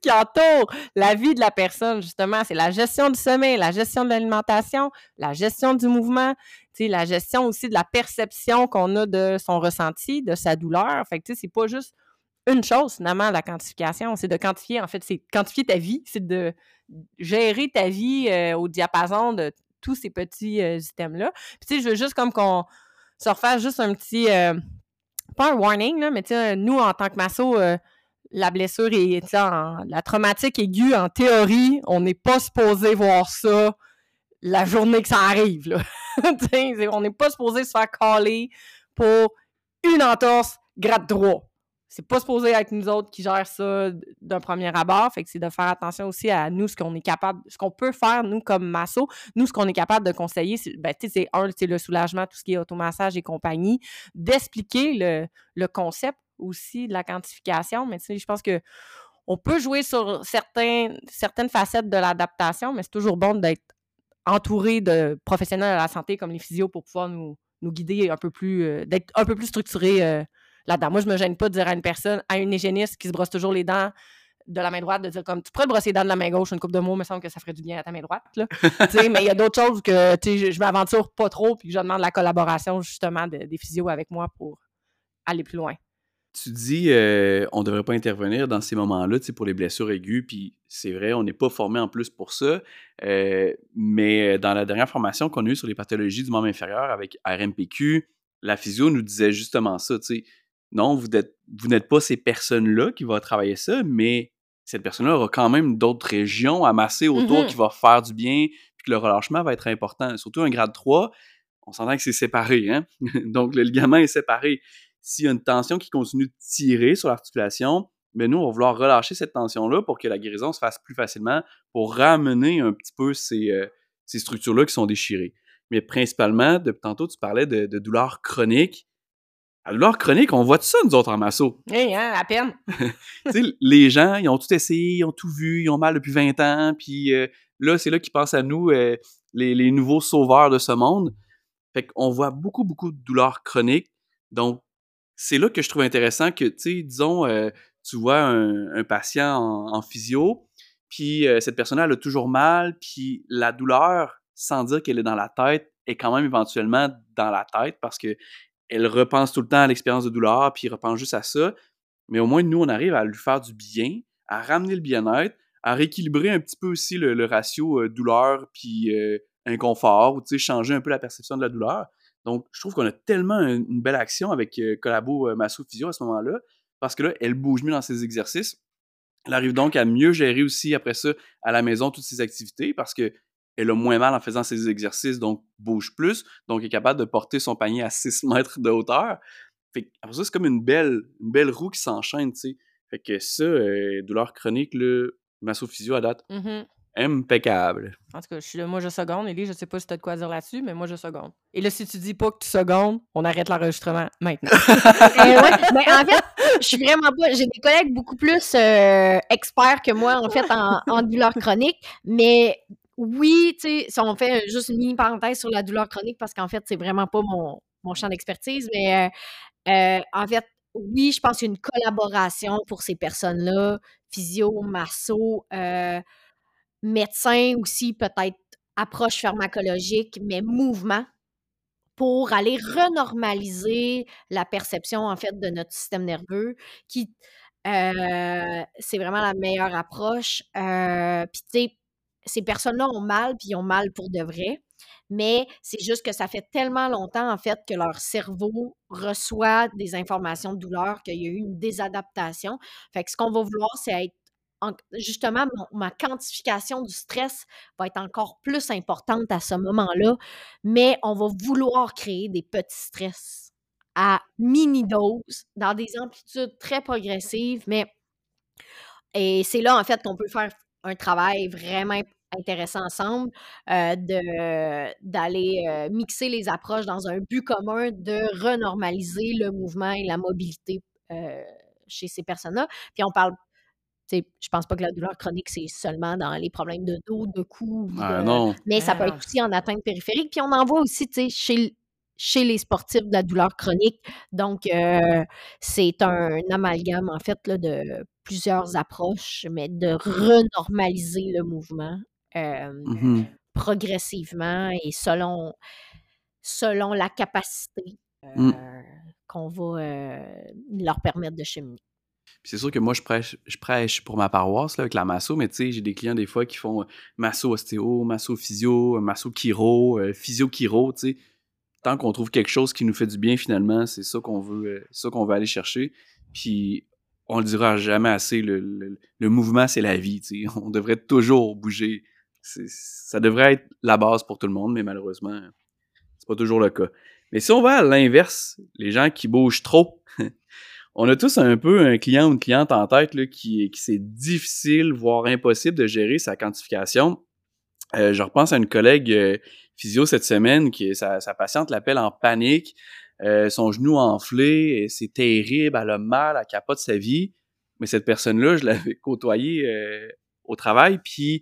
qui entoure la vie de la personne, justement. C'est la gestion du sommeil, la gestion de l'alimentation, la gestion du mouvement, la gestion aussi de la perception qu'on a de son ressenti, de sa douleur. Fait que, c'est pas juste une chose, finalement, la quantification. C'est de quantifier, en fait, c'est quantifier ta vie, c'est de gérer ta vie au diapason de tous ces petits items-là. Puis, je veux juste comme qu'on se refasse juste un petit... pas un warning, là, mais nous, en tant que masso, la blessure et la traumatique aiguë, en théorie, on n'est pas supposé voir ça la journée que ça arrive. Là. On n'est pas supposé se faire caller pour une entorse grade 3. C'est pas supposé être nous autres qui gèrent ça d'un premier abord. Fait que c'est de faire attention aussi à nous, ce qu'on est capable, ce qu'on peut faire, nous, comme masso. Nous, ce qu'on est capable de conseiller, c'est le soulagement, tout ce qui est automassage et compagnie, d'expliquer le concept aussi de la quantification. Mais je pense que on peut jouer sur certaines facettes de l'adaptation, mais c'est toujours bon d'être entouré de professionnels de la santé comme les physios pour pouvoir nous guider un peu plus, d'être un peu plus structuré là-dedans. Moi, je me gêne pas de dire à une hygiéniste qui se brosse toujours les dents de la main droite, de dire comme tu pourrais te brosser les dents de la main gauche, une couple de mots, me semble que ça ferait du bien à ta main droite. Là. Mais il y a d'autres choses que je m'aventure pas trop puis que je demande la collaboration justement des physios avec moi pour aller plus loin.
Tu dis on devrait pas intervenir dans ces moments-là pour les blessures aiguës, puis c'est vrai, on n'est pas formé en plus pour ça, mais dans la dernière formation qu'on a eue sur les pathologies du membre inférieur avec RMPQ, la physio nous disait justement ça, non, vous n'êtes pas ces personnes-là qui vont travailler ça, mais cette personne-là aura quand même d'autres régions à masser autour qui vont faire du bien, puis que le relâchement va être important. Surtout un grade 3, on s'entend que c'est séparé, hein? Donc le ligament est séparé. S'il y a une tension qui continue de tirer sur l'articulation, nous, on va vouloir relâcher cette tension-là pour que la guérison se fasse plus facilement, pour ramener un petit peu ces structures-là qui sont déchirées. Mais principalement, depuis tantôt, tu parlais de douleurs chroniques. La douleur chronique, on voit tout ça, nous autres, en masso.
À peine.
Les gens, ils ont tout essayé, ils ont tout vu, ils ont mal depuis 20 ans, puis là, c'est là qu'ils pensent à nous, les nouveaux sauveurs de ce monde. Fait qu'on voit beaucoup, beaucoup de douleurs chroniques. Donc, c'est là que je trouve intéressant que, disons, tu vois un patient en physio, puis cette personne-là, elle a toujours mal, puis la douleur, sans dire qu'elle est dans la tête, est quand même éventuellement dans la tête parce qu'elle repense tout le temps à l'expérience de douleur, puis elle repense juste à ça. Mais au moins, nous, on arrive à lui faire du bien, à ramener le bien-être, à rééquilibrer un petit peu aussi le ratio douleur puis inconfort, ou changer un peu la perception de la douleur. Donc, je trouve qu'on a tellement une belle action avec Collabo Masso Physio à ce moment-là, parce que là, elle bouge mieux dans ses exercices. Elle arrive donc à mieux gérer aussi, après ça, à la maison, toutes ses activités, parce qu'elle a moins mal en faisant ses exercices, donc bouge plus, donc elle est capable de porter son panier à 6 mètres de hauteur. Fait après ça, c'est comme une belle roue qui s'enchaîne, tu sais. Fait que ça, douleur chronique, là, Masso Physio à date, impeccable.
En tout cas, moi, je seconde. Élie, je sais pas si tu as de quoi dire là-dessus, mais moi, je seconde. Et là, si tu dis pas que tu secondes, on arrête l'enregistrement maintenant.
Mais en fait, je suis vraiment pas... J'ai des collègues beaucoup plus experts que moi, en fait, en douleur chronique. Mais oui, tu sais, si on fait juste une mini parenthèse sur la douleur chronique, parce qu'en fait, c'est vraiment pas mon champ d'expertise, mais en fait, oui, je pense qu'il y a une collaboration pour ces personnes-là, physio, masso, médecin aussi, peut-être approche pharmacologique, mais mouvement pour aller renormaliser la perception, en fait, de notre système nerveux qui, c'est vraiment la meilleure approche. Puis, tu sais, ces personnes-là ont mal, puis ils ont mal pour de vrai, mais c'est juste que ça fait tellement longtemps, en fait, que leur cerveau reçoit des informations de douleur, qu'il y a eu une désadaptation. Fait que ce qu'on va vouloir, c'est être justement, ma quantification du stress va être encore plus importante à ce moment-là, mais on va vouloir créer des petits stress à mini-dose, dans des amplitudes très progressives, et c'est là, en fait, qu'on peut faire un travail vraiment intéressant ensemble, d'aller mixer les approches dans un but commun de renormaliser le mouvement et la mobilité chez ces personnes-là. Puis on parle... Je pense pas que la douleur chronique, c'est seulement dans les problèmes de dos, de cou,
non.
mais ça peut être aussi en atteinte périphérique. Puis on en voit aussi, chez chez les sportifs de la douleur chronique. Donc, c'est un amalgame, en fait, là, de plusieurs approches, mais de renormaliser le mouvement progressivement et selon la capacité
Mm.
qu'on va leur permettre de cheminer.
Puis c'est sûr que moi, je prêche pour ma paroisse là, avec la masso, mais tu sais, j'ai des clients des fois qui font masso ostéo, masso physio, masso chiro, physio chiro, tu sais. Tant qu'on trouve quelque chose qui nous fait du bien, finalement, c'est ça qu'on veut aller chercher. Puis on le dira jamais assez, le mouvement, c'est la vie, tu sais. On devrait toujours bouger. Ça devrait être la base pour tout le monde, mais malheureusement, c'est pas toujours le cas. Mais si on va à l'inverse, les gens qui bougent trop, on a tous un peu un client ou une cliente en tête là, qui c'est difficile, voire impossible de gérer sa quantification. Je repense à une collègue physio cette semaine qui sa patiente l'appelle en panique. Son genou enflé, c'est terrible, elle a mal, elle capote sa vie. Mais cette personne-là, je l'avais côtoyée au travail, puis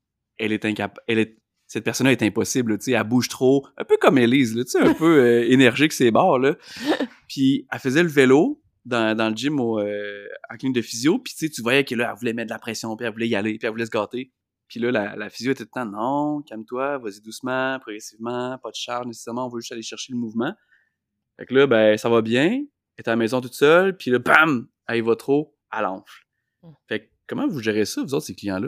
cette personne-là est impossible, tu sais, elle bouge trop, un peu comme Élise, là, tu sais, un peu énergique ses bords, là. Puis elle faisait le vélo dans le gym à clinique de physio, puis tu sais, tu voyais qu'elle elle voulait mettre de la pression, puis elle voulait y aller, puis elle voulait se gâter. Puis là, la physio était tout le temps, non, calme-toi, vas-y doucement, progressivement, pas de charge nécessairement, on veut juste aller chercher le mouvement. Fait que là, ben, ça va bien, elle est à la maison toute seule, puis là, bam, elle y va trop, elle enfle. Fait que comment vous gérez ça, vous autres, ces clients-là?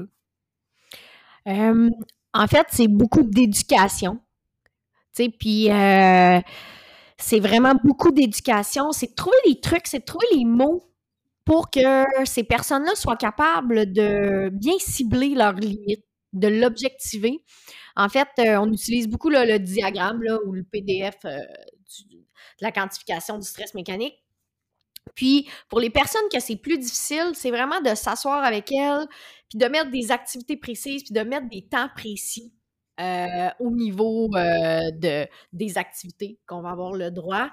En fait, c'est beaucoup d'éducation. Tu sais, puis c'est vraiment beaucoup d'éducation. C'est de trouver les trucs, c'est de trouver les mots pour que ces personnes-là soient capables de bien cibler leurs limites, de l'objectiver. En fait, on utilise beaucoup là, le diagramme là, ou le PDF de la quantification du stress mécanique. Puis, pour les personnes que c'est plus difficile, c'est vraiment de s'asseoir avec elles, puis de mettre des activités précises, puis de mettre des temps précis au niveau des activités qu'on va avoir le droit.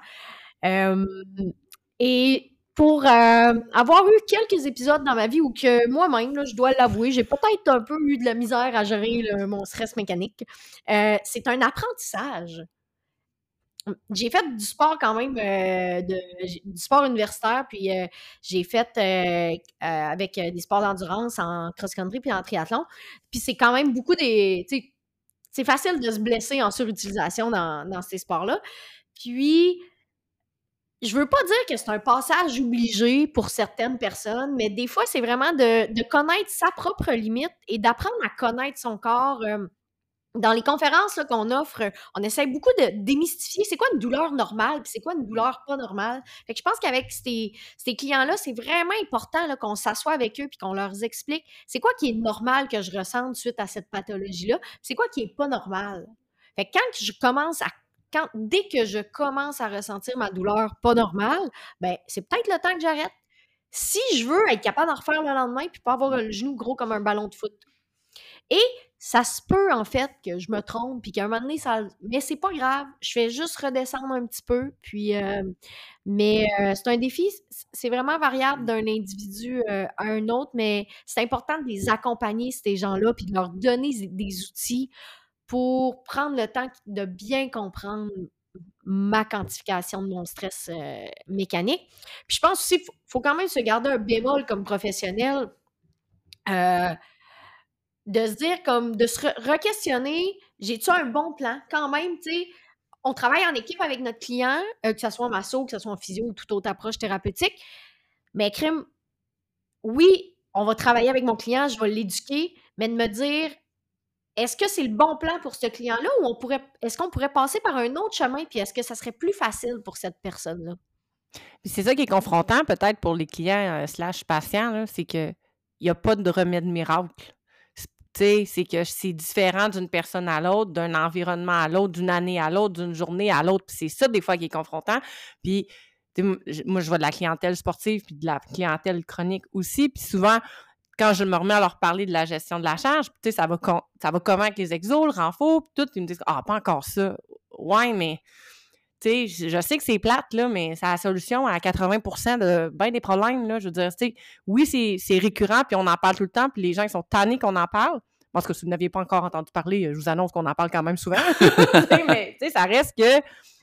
Et pour avoir eu quelques épisodes dans ma vie où que moi-même, là, je dois l'avouer, j'ai peut-être un peu eu de la misère à gérer mon stress mécanique. C'est un apprentissage. J'ai fait du sport quand même, du sport universitaire, puis j'ai fait avec des sports d'endurance en cross-country puis en triathlon. Puis c'est quand même beaucoup des... Tu sais, c'est facile de se blesser en surutilisation dans ces sports-là. Puis, je veux pas dire que c'est un passage obligé pour certaines personnes, mais des fois, c'est vraiment de connaître sa propre limite et d'apprendre à connaître son corps. Dans les conférences là, qu'on offre, on essaie beaucoup de démystifier c'est quoi une douleur normale puis c'est quoi une douleur pas normale. Fait que je pense qu'avec ces clients-là, c'est vraiment important là, qu'on s'assoie avec eux puis qu'on leur explique c'est quoi qui est normal que je ressente suite à cette pathologie-là, c'est quoi qui est pas normal. Fait que dès que je commence à ressentir ma douleur pas normale, ben c'est peut-être le temps que j'arrête. Si je veux être capable d'en refaire le lendemain puis pas avoir le genou gros comme un ballon de foot. Et ça se peut, en fait, que je me trompe, puis qu'à un moment donné, mais c'est pas grave, je fais juste redescendre un petit peu, puis... mais c'est un défi, c'est vraiment variable d'un individu à un autre, mais c'est important de les accompagner, ces gens-là, puis de leur donner des outils pour prendre le temps de bien comprendre ma quantification de mon stress mécanique. Puis je pense aussi qu'il faut quand même se garder un bémol comme professionnel, de se dire comme, de se re-questionner, j'ai-tu un bon plan? Quand même, tu sais, on travaille en équipe avec notre client, que ce soit en masso, que ce soit en physio ou toute autre approche thérapeutique, mais crime, oui, on va travailler avec mon client, je vais l'éduquer, mais de me dire, est-ce que c'est le bon plan pour ce client-là ou est-ce qu'on pourrait passer par un autre chemin, puis est-ce que ça serait plus facile pour cette personne-là?
Puis c'est ça qui est confrontant peut-être pour les clients / patients, là, c'est qu'il n'y a pas de remède miracle. Tu sais, c'est que c'est différent d'une personne à l'autre, d'un environnement à l'autre, d'une année à l'autre, d'une journée à l'autre. Puis c'est ça, des fois, qui est confrontant. Puis, moi, je vois de la clientèle sportive puis de la clientèle chronique aussi. Puis souvent, quand je me remets à leur parler de la gestion de la charge, tu sais, ça va comment avec les exos, le renfort, puis tout, ils me disent « Ah, pas encore ça. » Ouais, mais... Tu sais, je sais que c'est plate, là, mais c'est la solution à 80% de bien des problèmes, là. Je veux dire, tu sais, oui, c'est récurrent, puis on en parle tout le temps, puis les gens, ils sont tannés qu'on en parle. Parce que si vous n'aviez pas encore entendu parler, je vous annonce qu'on en parle quand même souvent. Mais, tu sais, ça reste que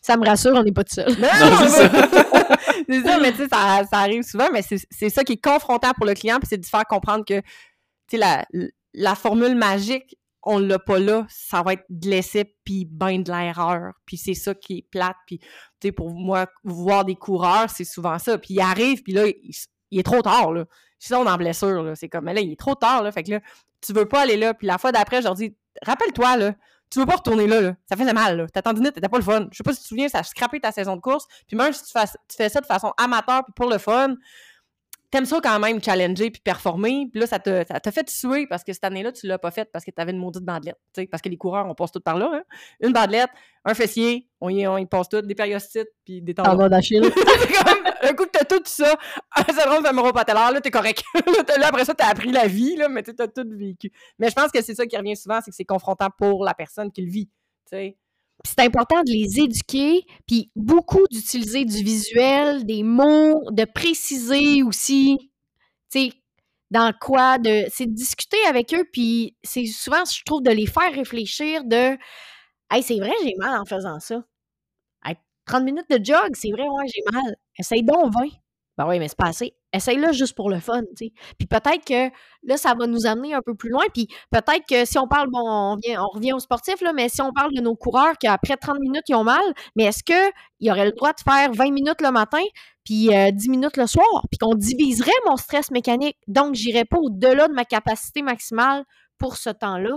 Ça me rassure, on n'est pas tout seul.
Non,
c'est ça.
c'est ça, mais tu sais, ça arrive souvent, mais c'est ça qui est confrontant pour le client, puis c'est de faire comprendre que, tu sais, la formule magique, on l'a pas là, ça va être de l'essai puis ben de l'erreur, puis c'est ça qui est plate, puis tu sais, pour moi, voir des coureurs, c'est souvent ça, puis il arrive, puis là, il est trop tard, là. Si on est en blessure, là, c'est comme, mais là, il est trop tard, là, fait que là, tu veux pas aller là, puis la fois d'après, je leur dis, rappelle-toi, là, tu veux pas retourner là, là. Ça faisait mal, là. Ta tendinite, t'étais pas le fun. Je sais pas si tu te souviens, ça a scrappé ta saison de course. Puis même si tu fais ça de façon amateur puis pour le fun, t'aimes ça quand même challenger puis performer. Puis là, ça t'a fait suer parce que cette année-là, tu l'as pas fait parce que t'avais une maudite bandelette. T'sais, parce que les coureurs, on passe tout par là. Hein? Une bandelette, un fessier, on y passe tout, des périostites puis des tendons.
Tendon d'Achille.
Un coup que t'as tout ça, un syndrome fémoro-patellaire, là, t'es correct. Là, après ça, t'as appris la vie, là, mais t'as tout vécu. Mais je pense que c'est ça qui revient souvent, c'est que c'est confrontant pour la personne qui le vit. T'sais.
Puis c'est important de les éduquer, puis beaucoup d'utiliser du visuel, des mots, de préciser aussi, tu sais, dans quoi, c'est de discuter avec eux, puis c'est souvent, je trouve, de les faire réfléchir de « Hey, c'est vrai, j'ai mal en faisant ça. Hey, 30 minutes de jog, c'est vrai, ouais, j'ai mal. Essaye donc 20. Ben oui, mais c'est pas assez. Essaye-le juste pour le fun, tu sais. Puis peut-être que là, ça va nous amener un peu plus loin. Puis peut-être que si on parle, bon, on revient aux sportifs, là, mais si on parle de nos coureurs qu'après 30 minutes, ils ont mal, mais est-ce qu'ils auraient le droit de faire 20 minutes le matin puis 10 minutes le soir? Puis qu'on diviserait mon stress mécanique. Donc, j'irais pas au-delà de ma capacité maximale pour ce temps-là.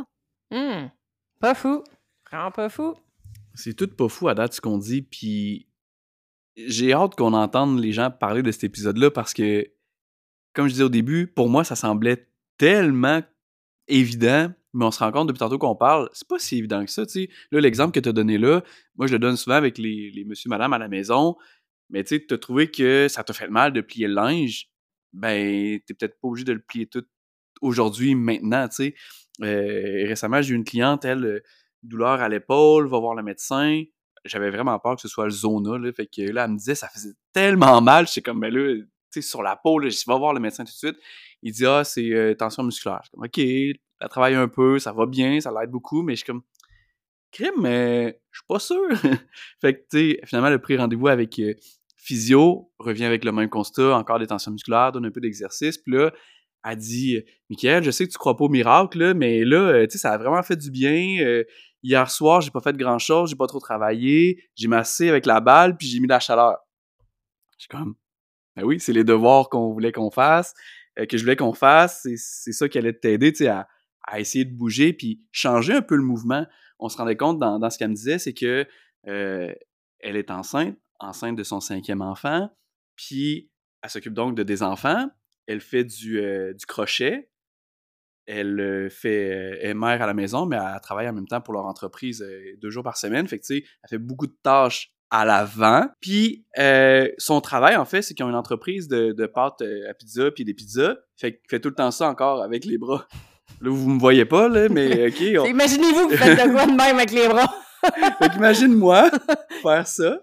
Pas fou. Vraiment pas fou.
C'est tout pas fou à date ce qu'on dit, puis j'ai hâte qu'on entende les gens parler de cet épisode-là parce que, comme je disais au début, pour moi, ça semblait tellement évident, mais on se rend compte depuis tantôt qu'on parle, c'est pas si évident que ça, tu sais. Là, l'exemple que tu as donné là, moi, je le donne souvent avec les monsieur, madame à la maison, mais tu sais, t'as trouvé que ça t'a fait mal de plier le linge, ben, t'es peut-être pas obligé de le plier tout aujourd'hui, maintenant, tu sais. Récemment, j'ai eu une cliente, elle, douleur à l'épaule, va voir le médecin. J'avais vraiment peur que ce soit le zona, là. Fait que là, elle me disait, ça faisait tellement mal. J'étais comme, ben là, tu sais, sur la peau, là, je dis, va voir le médecin tout de suite. Il dit, ah, c'est tension musculaire. Je suis comme, OK, elle travaille un peu, ça va bien, ça l'aide beaucoup, mais je suis comme, crime, mais je suis pas sûr. Fait que, tu sais, finalement, le pris rendez-vous avec physio, revient avec le même constat, encore des tensions musculaires, donne un peu d'exercice, puis là, elle dit, Mickaël, je sais que tu crois pas au miracle, là, mais là, tu sais, ça a vraiment fait du bien. Hier soir, j'ai pas fait grand-chose, j'ai pas trop travaillé, j'ai massé avec la balle, puis j'ai mis de la chaleur. Je suis comme, ben oui, c'est les devoirs qu'on voulait qu'on fasse, que je voulais qu'on fasse, c'est ça qui allait t'aider, tu sais, à essayer de bouger, puis changer un peu le mouvement. On se rendait compte dans ce qu'elle me disait, c'est que elle est enceinte de son 5e enfant, puis elle s'occupe donc de des enfants, elle fait du crochet, elle est mère à la maison, mais elle travaille en même temps pour leur entreprise 2 jours par semaine. Fait que, tu sais, elle fait beaucoup de tâches à l'avant. Puis, son travail, en fait, c'est qu'ils ont une entreprise de pâtes à pizza puis des pizzas. Fait qu'elle fait tout le temps ça encore avec les bras. Là, vous me voyez pas, là, mais OK.
Imaginez-vous que vous faites de quoi de même avec les bras.
Fait qu'imagine-moi faire ça.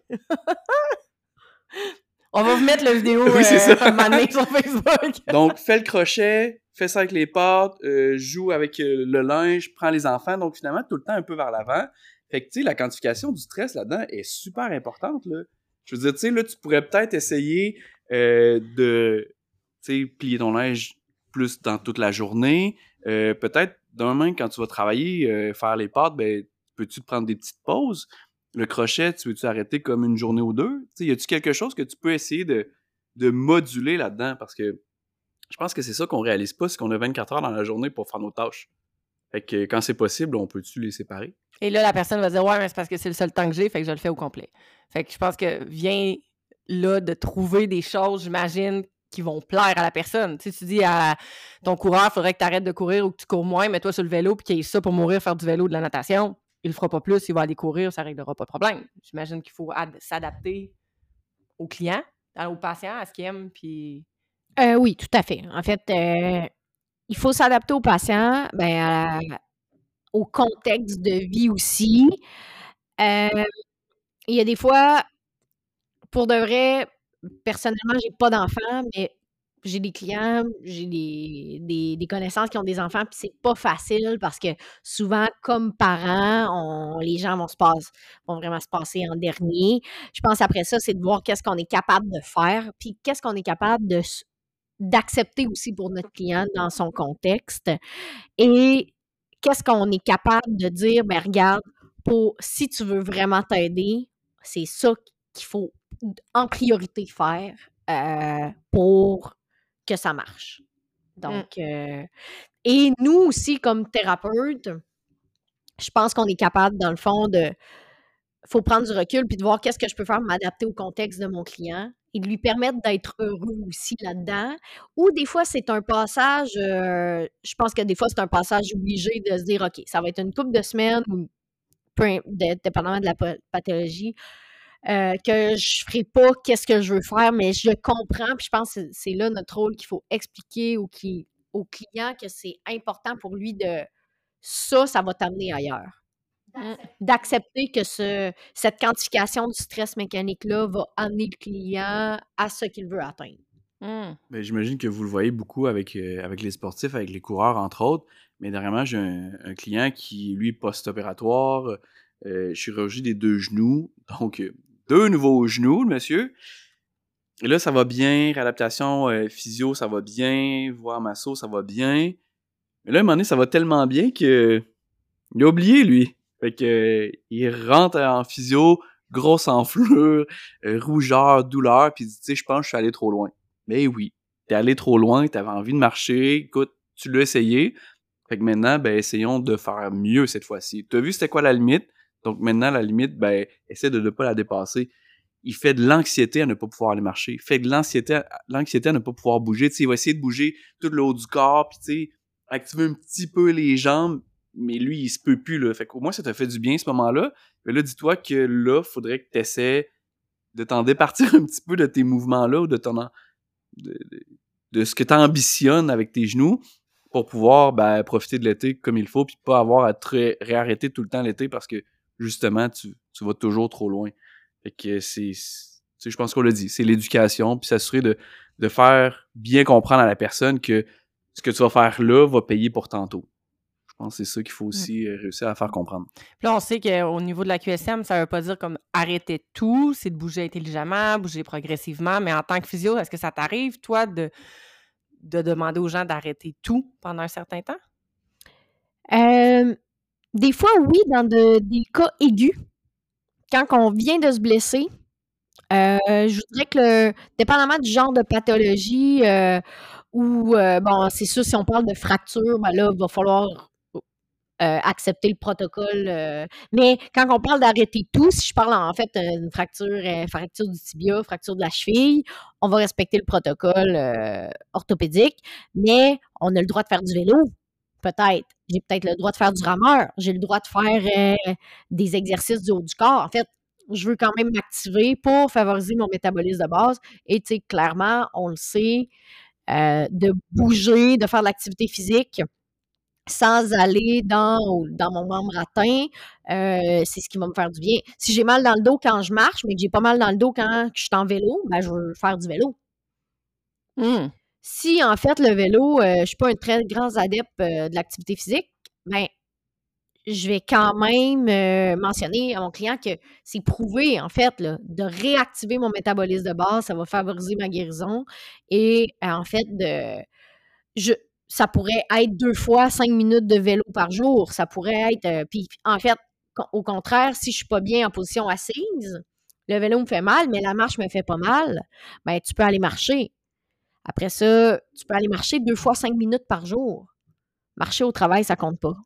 On va vous mettre la vidéo
Oui, c'est ça.
un moment donné sur Facebook.
Donc, fais le crochet, fais ça avec les pâtes, joue avec le linge, prends les enfants. Donc, finalement, tout le temps un peu vers l'avant. Fait que, tu sais, la quantification du stress là-dedans est super importante, là. Je veux dire, tu sais, là, tu pourrais peut-être essayer de, tu sais, plier ton linge plus dans toute la journée. Peut-être, demain, quand tu vas travailler, faire les pâtes, ben, peux-tu te prendre des petites pauses? Le crochet, tu veux-tu arrêter comme une journée ou deux? Tu sais, y a-tu quelque chose que tu peux essayer de moduler là-dedans? Parce que je pense que c'est ça qu'on réalise pas, c'est qu'on a 24 heures dans la journée pour faire nos tâches. Fait que quand c'est possible, on peut-tu les séparer?
Et là, la personne va dire « Ouais, mais c'est parce que c'est le seul temps que j'ai, fait que je le fais au complet. » Fait que je pense que vient là de trouver des choses, j'imagine, qui vont plaire à la personne. Tu sais, tu dis à ton coureur, il faudrait que tu arrêtes de courir ou que tu cours moins, mets-toi sur le vélo puis qu'il ait ça pour mourir, faire du vélo ou de la natation. Il le fera pas plus, il va aller courir, ça réglera pas de problème. J'imagine qu'il faut s'adapter au client, au patient, à ce qu'il aime, puis...
Oui, tout à fait. En fait, il faut s'adapter au patient, au contexte de vie aussi. Il y a des fois, pour de vrai, personnellement, j'ai pas d'enfant, mais j'ai des clients, j'ai des connaissances qui ont des enfants, puis c'est pas facile parce que souvent, comme parents, les gens vont vraiment se passer en dernier. Je pense après ça, c'est de voir qu'est-ce qu'on est capable de faire, puis qu'est-ce qu'on est capable d'accepter aussi pour notre client dans son contexte. Et qu'est-ce qu'on est capable de dire, ben regarde, si tu veux vraiment t'aider, c'est ça qu'il faut en priorité faire pour que ça marche. Donc, et nous aussi, comme thérapeute, je pense qu'on est capable, dans le fond, faut prendre du recul puis de voir qu'est-ce que je peux faire pour m'adapter au contexte de mon client et de lui permettre d'être heureux aussi là-dedans. Ou des fois, c'est un passage, je pense que des fois, c'est un passage obligé de se dire, OK, ça va être une couple de semaines, ou dépendamment de la pathologie, que je ferai pas qu'est-ce que je veux faire, mais je comprends, puis je pense que c'est là notre rôle qu'il faut expliquer au client que c'est important pour lui ça va t'amener ailleurs. D'accepter que cette quantification du stress mécanique-là va amener le client à ce qu'il veut atteindre.
Ben, j'imagine que vous le voyez beaucoup avec les sportifs, avec les coureurs, entre autres. Mais dernièrement, j'ai un client qui, lui, post-opératoire, chirurgie des 2 genoux. Donc, 2 nouveaux genoux, le monsieur. Et là, ça va bien. Réadaptation physio, ça va bien. Voire masso, ça va bien. Mais là, à un moment donné, ça va tellement bien que il a oublié, lui. Fait que il rentre en physio, grosse enflure, rougeur, douleur, puis il dit, tu sais, je pense que je suis allé trop loin. Mais oui, t'es allé trop loin, t'avais envie de marcher, écoute, tu l'as essayé. Fait que maintenant, ben, essayons de faire mieux cette fois-ci. T'as vu c'était quoi la limite? Donc maintenant, la limite, ben, essaie de ne pas la dépasser. Il fait de l'anxiété à ne pas pouvoir aller marcher. Il fait de l'anxiété à ne pas pouvoir bouger. Tu sais, il va essayer de bouger tout le haut du corps, puis tu sais, activer un petit peu les jambes, mais lui, il se peut plus, là. Fait qu'au moins, ça t'a fait du bien, ce moment-là. Mais là, dis-toi que là, faudrait que t'essaies de t'en départir un petit peu de tes mouvements-là ou de ce que t'ambitionnes avec tes genoux pour pouvoir ben, profiter de l'été comme il faut puis pas avoir à te réarrêter tout le temps l'été parce que, justement, tu vas toujours trop loin. Fait que je pense qu'on l'a dit, c'est l'éducation puis s'assurer de faire bien comprendre à la personne que ce que tu vas faire là va payer pour tantôt. Je pense que c'est ça qu'il faut aussi réussir à faire comprendre.
Puis là, on sait qu'au niveau de la QSM, ça veut pas dire comme arrêter tout, c'est de bouger intelligemment, bouger progressivement, mais en tant que physio, est-ce que ça t'arrive, toi, de demander aux gens d'arrêter tout pendant un certain temps?
Des fois, oui, dans des cas aigus, quand on vient de se blesser, je vous dirais que dépendamment du genre de pathologie, bon, c'est sûr, si on parle de fracture, ben là, il va falloir accepter le protocole. Mais quand on parle d'arrêter tout, si je parle en fait d'une fracture du tibia, fracture de la cheville, on va respecter le protocole orthopédique, mais on a le droit de faire du vélo, peut-être. J'ai peut-être le droit de faire du rameur. J'ai le droit de faire des exercices du haut du corps. En fait, je veux quand même m'activer pour favoriser mon métabolisme de base. Et tu sais, clairement, on le sait, de bouger, de faire de l'activité physique sans aller dans mon membre atteint, c'est ce qui va me faire du bien. Si j'ai mal dans le dos quand je marche, mais que j'ai pas mal dans le dos quand je suis en vélo, ben je veux faire du vélo. Si, en fait, le vélo, je suis pas un très grand adepte de l'activité physique, ben je vais quand même mentionner à mon client que c'est prouvé, en fait, là, de réactiver mon métabolisme de base, ça va favoriser ma guérison et en fait, ça pourrait être 2 fois 5 minutes de vélo par jour. Ça pourrait être, puis en fait, au contraire, si je suis pas bien en position assise, le vélo me fait mal, mais la marche me fait pas mal, ben tu peux aller marcher. Après ça, tu peux aller marcher 2 fois 5 minutes par jour. Marcher au travail, ça compte pas.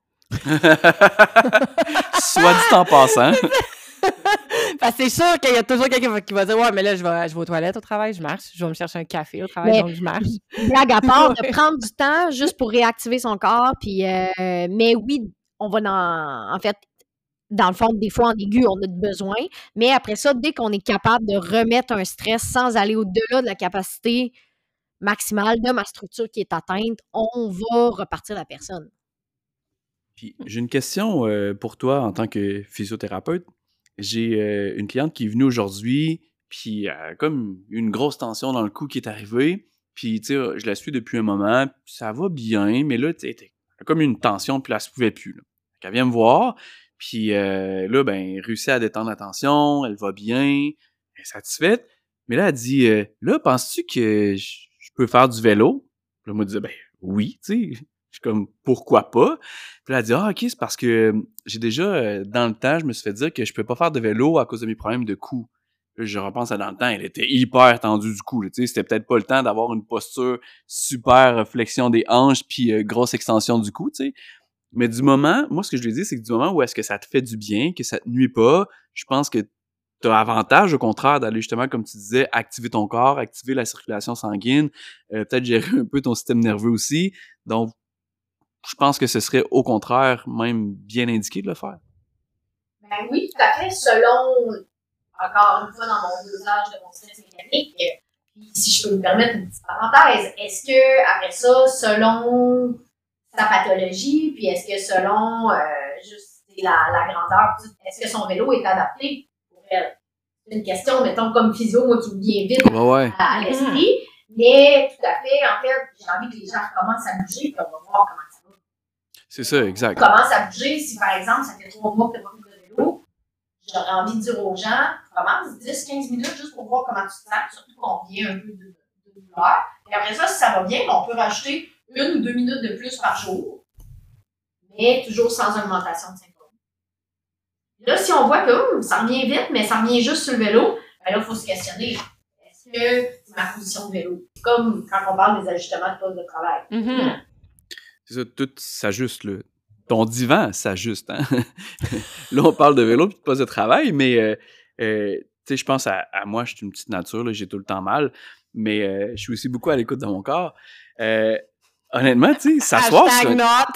Soit dit en passant.
Parce que c'est sûr qu'il y a toujours quelqu'un qui va dire « Ouais, mais là, je vais aux toilettes au travail, je marche. Je vais me chercher un café au travail, donc je marche. »
Blague à part, de prendre du temps juste pour réactiver son corps. Puis, mais oui, on va en fait, dans le fond, des fois, en aigu, on a besoin. Mais après ça, dès qu'on est capable de remettre un stress sans aller au-delà de la capacité maximale de ma structure qui est atteinte, on va repartir la personne.
Puis, j'ai une question pour toi en tant que physiothérapeute. J'ai une cliente qui est venue aujourd'hui, puis comme une grosse tension dans le cou qui est arrivée. Puis, tu sais, je la suis depuis un moment, puis ça va bien, mais là, tu sais, elle a comme une tension, puis là, elle se pouvait plus, là. Fait qu'elle vient me voir, puis là, ben, elle réussit à détendre la tension, elle va bien, elle est satisfaite. Mais là, elle dit, là, penses-tu que je peux faire du vélo? Puis là, moi, je disais, ben, oui, tu sais. Je suis comme, pourquoi pas? Puis là, elle dit, ah, ok, c'est parce que j'ai déjà, dans le temps, je me suis fait dire que je peux pas faire de vélo à cause de mes problèmes de cou. Là, je repense à dans le temps, elle était hyper tendue du cou, là, tu sais, c'était peut-être pas le temps d'avoir une posture super flexion des hanches puis grosse extension du cou, tu sais. Mais du moment, moi, ce que je lui dis, c'est que du moment où est-ce que ça te fait du bien, que ça te nuit pas, je pense que t'as avantage, au contraire, d'aller justement, comme tu disais, activer ton corps, activer la circulation sanguine, peut-être gérer un peu ton système nerveux aussi. Donc, je pense que ce serait au contraire même bien indiqué de le faire.
Ben oui, tout à fait. Selon, encore une fois, dans mon dosage de mon stress mécanique, puis si je peux me permettre une petite parenthèse, est-ce que, après ça, selon sa pathologie, puis est-ce que selon juste la grandeur, est-ce que son vélo est adapté pour elle? C'est une question, mettons, comme physio, moi, qui me vient vite à l'esprit. Mais tout à fait, en fait, j'ai envie que les gens recommencent à bouger, puis on va voir comment ça va.
C'est ça, exact.
Commence à bouger. Si, par exemple, ça fait 3 mois que tu n'as pas fait de vélo, j'aurais envie de dire aux gens, commence 10-15 minutes juste pour voir comment tu te sens, surtout qu'on vient un peu de douleur. Et après ça, si ça va bien, on peut rajouter 1 ou 2 minutes de plus par jour, mais toujours sans augmentation de symptômes. Là, si on voit que ça revient vite, mais ça revient juste sur le vélo, ben là, il faut se questionner. Est-ce que c'est ma position de vélo? C'est comme quand on parle des ajustements de poste de travail.
Mm-hmm.
C'est ça, tout s'ajuste, là. Ton divan s'ajuste, hein? Là, on parle de vélo et de poste de travail, mais tu sais, je pense à moi, je suis une petite nature, là, j'ai tout le temps mal, mais je suis aussi beaucoup à l'écoute de mon corps. Honnêtement, tu sais, s'asseoir sur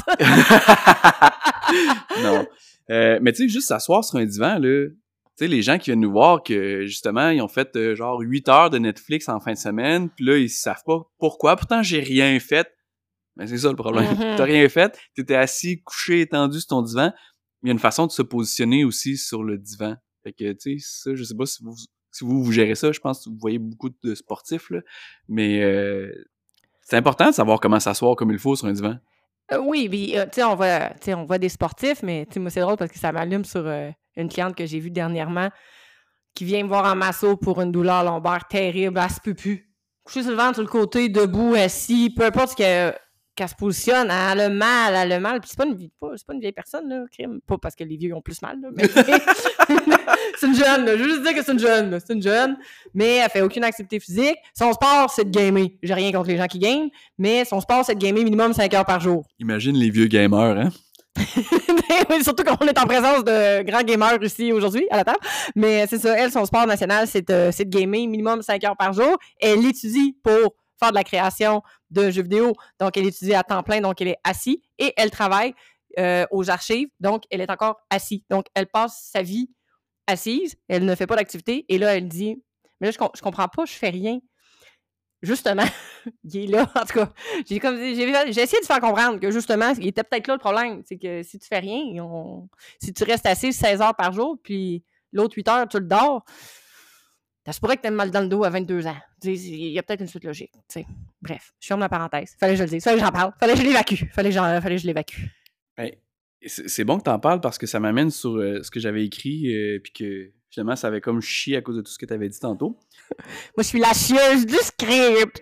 non. Mais tu sais, juste s'asseoir sur un divan, là, tu sais, les gens qui viennent nous voir que, justement, ils ont fait genre 8 heures de Netflix en fin de semaine, puis là, ils savent pas pourquoi. Pourtant, j'ai rien fait. Mais c'est ça le problème.
Mm-hmm.
T'as rien fait, t'étais assis, couché, étendu sur ton divan. Il y a une façon de se positionner aussi sur le divan. Fait que, tu sais, ça, je sais pas si vous gérez ça, je pense que vous voyez beaucoup de sportifs, là. Mais c'est important de savoir comment s'asseoir comme il faut sur un divan.
Oui, puis tu sais, on voit des sportifs, mais tu sais, moi, c'est drôle parce que ça m'allume sur une cliente que j'ai vue dernièrement qui vient me voir en masso pour une douleur lombaire terrible, elle se peut plus. Couchée sur le ventre, sur le côté, debout, assis, peu importe qu'elle se positionne, elle a mal. Puis c'est pas une vieille personne, là, crime. Pas parce que les vieux ont plus mal, là, mais c'est une jeune, là. Je veux juste dire que c'est une jeune, là. C'est une jeune, mais elle fait aucune activité physique. Son sport, c'est de gamer. J'ai rien contre les gens qui game, mais son sport, c'est de gamer minimum 5 heures par jour.
Imagine les vieux gamers, hein?
Oui, surtout quand on est en présence de grands gamers ici aujourd'hui à la table. Mais c'est ça, elle, son sport national, c'est de gamer minimum 5 heures par jour. Elle étudie pour faire de la création de jeux vidéo. Donc, elle étudie à temps plein, donc elle est assise. Et elle travaille aux archives, donc elle est encore assise. Donc, elle passe sa vie assise. Elle ne fait pas d'activité. Et là, elle dit, mais là, je comprends pas, je fais rien. Justement, il est là. En tout cas, j'ai essayé de faire comprendre que justement, il était peut-être là le problème. C'est que si tu fais rien, si tu restes assis 16 heures par jour, puis l'autre 8 heures, tu le dors, ça se pourrait que tu aies mal dans le dos à 22 ans. Il y a peut-être une suite logique. T'sais. Bref, je ferme ma parenthèse. Fallait que je le dise. Fallait que j'en parle. Fallait que je l'évacue. Fallait que je l'évacue.
Ben, c'est bon que tu en parles parce que ça m'amène sur ce que j'avais écrit, puis que finalement, ça avait comme chié à cause de tout ce que tu avais dit tantôt.
Moi, je suis la chieuse du script.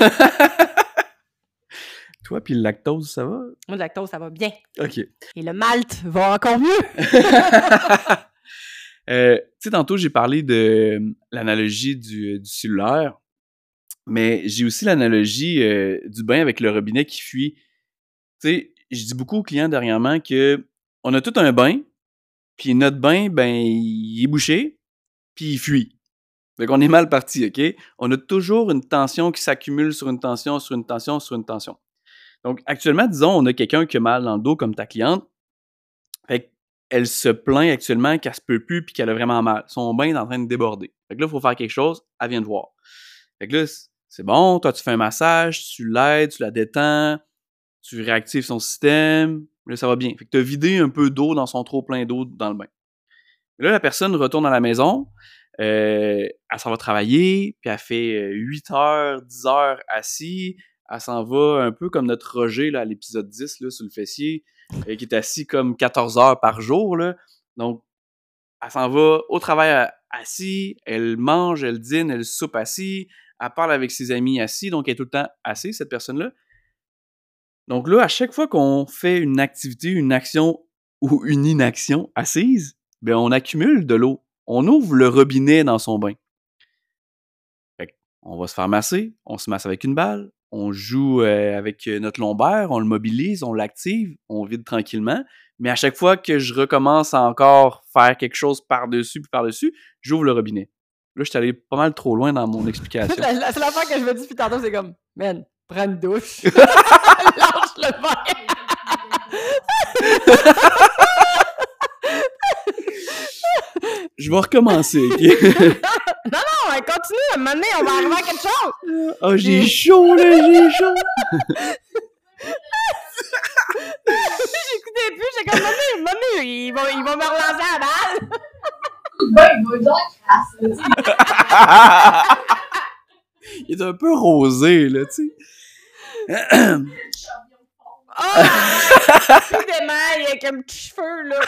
Toi, puis le lactose, ça va?
Moi, le lactose, ça va bien.
OK.
Et le malt va encore mieux.
Tu sais, tantôt, j'ai parlé de l'analogie du cellulaire, mais j'ai aussi l'analogie du bain avec le robinet qui fuit. Tu sais, je dis beaucoup aux clients dernièrement que on a tout un bain, puis notre bain, ben, il est bouché, puis il fuit. Fait qu'on est mal parti, OK? On a toujours une tension qui s'accumule sur une tension, sur une tension, sur une tension. Donc, actuellement, disons, on a quelqu'un qui a mal dans le dos, comme ta cliente. Fait qu'elle se plaint actuellement qu'elle se peut plus puis qu'elle a vraiment mal. Son bain est en train de déborder. Fait que là, il faut faire quelque chose. Elle vient de voir. Fait que là, c'est bon. Toi, tu fais un massage, tu l'aides, tu la détends, tu réactives son système. Là, ça va bien. Fait que tu as vidé un peu d'eau dans son trop plein d'eau dans le bain. Et là, la personne retourne à la maison. Elle s'en va travailler, puis elle fait 8 heures, 10 heures assis. Elle s'en va un peu comme notre Roger là, à l'épisode 10, là, sur le fessier, qui est assis comme 14 heures par jour. Là. Donc, elle s'en va au travail assis, elle mange, elle dîne, elle soupe assis, elle parle avec ses amis assis, donc elle est tout le temps assise, cette personne-là. Donc là, à chaque fois qu'on fait une activité, une action ou une inaction assise, ben on accumule de l'eau. On ouvre le robinet dans son bain. Fait on va se faire masser, on se masse avec une balle, on joue avec notre lombaire, on le mobilise, on l'active, on vide tranquillement. Mais à chaque fois que je recommence à encore faire quelque chose par-dessus puis par-dessus, j'ouvre le robinet. Là, je suis allé pas mal trop loin dans mon explication.
La seule affaire que je me dis depuis tantôt, c'est comme, man, prends une douche. Lâche le bain.
Je vais recommencer, OK?
Non, continue, à un moment donné, on va arriver à quelque chose.
Oh, j'ai chaud, là, j'ai chaud.
J'écoutais plus, j'étais comme, un moment donné, il va me relancer à la balle.
Il va crasse.
Il est un peu rosé, là, tu sais.
Plus d'émail avec un petit cheveu, là.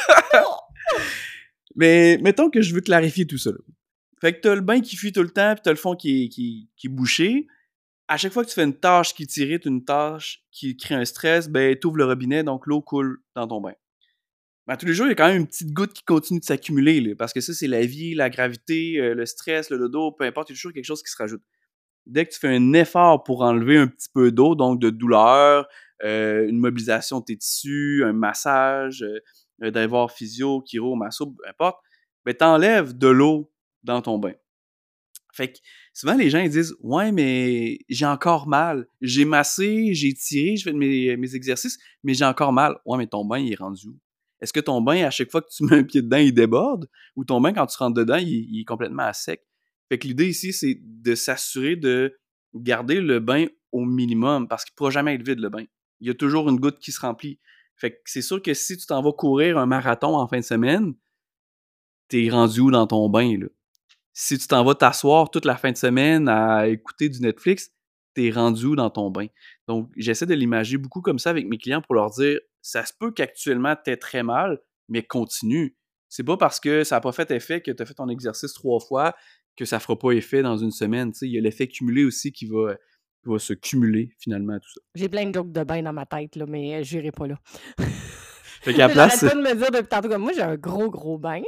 Mais mettons que je veux clarifier tout ça, là. Fait que t'as le bain qui fuit tout le temps, puis t'as le fond qui est bouché. À chaque fois que tu fais une tâche qui t'irrite, une tâche qui crée un stress, ben t'ouvres le robinet, donc l'eau coule dans ton bain. Ben, tous les jours, il y a quand même une petite goutte qui continue de s'accumuler, là, parce que ça, c'est la vie, la gravité, le stress, le dodo, peu importe, il y a toujours quelque chose qui se rajoute. Dès que tu fais un effort pour enlever un petit peu d'eau, donc de douleur, une mobilisation de tes tissus, un massage, d'aller voir physio, chiro, masso, peu importe, ben t'enlèves de l'eau dans ton bain. Fait que souvent, les gens ils disent « Ouais, mais j'ai encore mal. J'ai massé, j'ai tiré, j'ai fait mes exercices, mais j'ai encore mal. » Ouais, mais ton bain, il est rendu où? Est-ce que ton bain, à chaque fois que tu mets un pied dedans, il déborde? Ou ton bain, quand tu rentres dedans, il est complètement à sec? Fait que l'idée ici, c'est de s'assurer de garder le bain au minimum, parce qu'il ne pourra jamais être vide, le bain. Il y a toujours une goutte qui se remplit. Fait que c'est sûr que si tu t'en vas courir un marathon en fin de semaine, t'es rendu où dans ton bain, là? Si tu t'en vas t'asseoir toute la fin de semaine à écouter du Netflix, t'es rendu où dans ton bain? Donc, j'essaie de l'imaginer beaucoup comme ça avec mes clients pour leur dire, ça se peut qu'actuellement t'aies très mal, mais continue. C'est pas parce que ça n'a pas fait effet que tu as fait ton exercice 3 fois que ça fera pas effet dans une semaine. Tu sais, il y a l'effet cumulé aussi qui va se cumuler finalement, tout ça.
J'ai plein de jokes de bain dans ma tête, là, mais j'irai pas là.
Fait qu'à la place...
J'arrête pas de me dire depuis tantôt comme moi, j'ai un gros bain.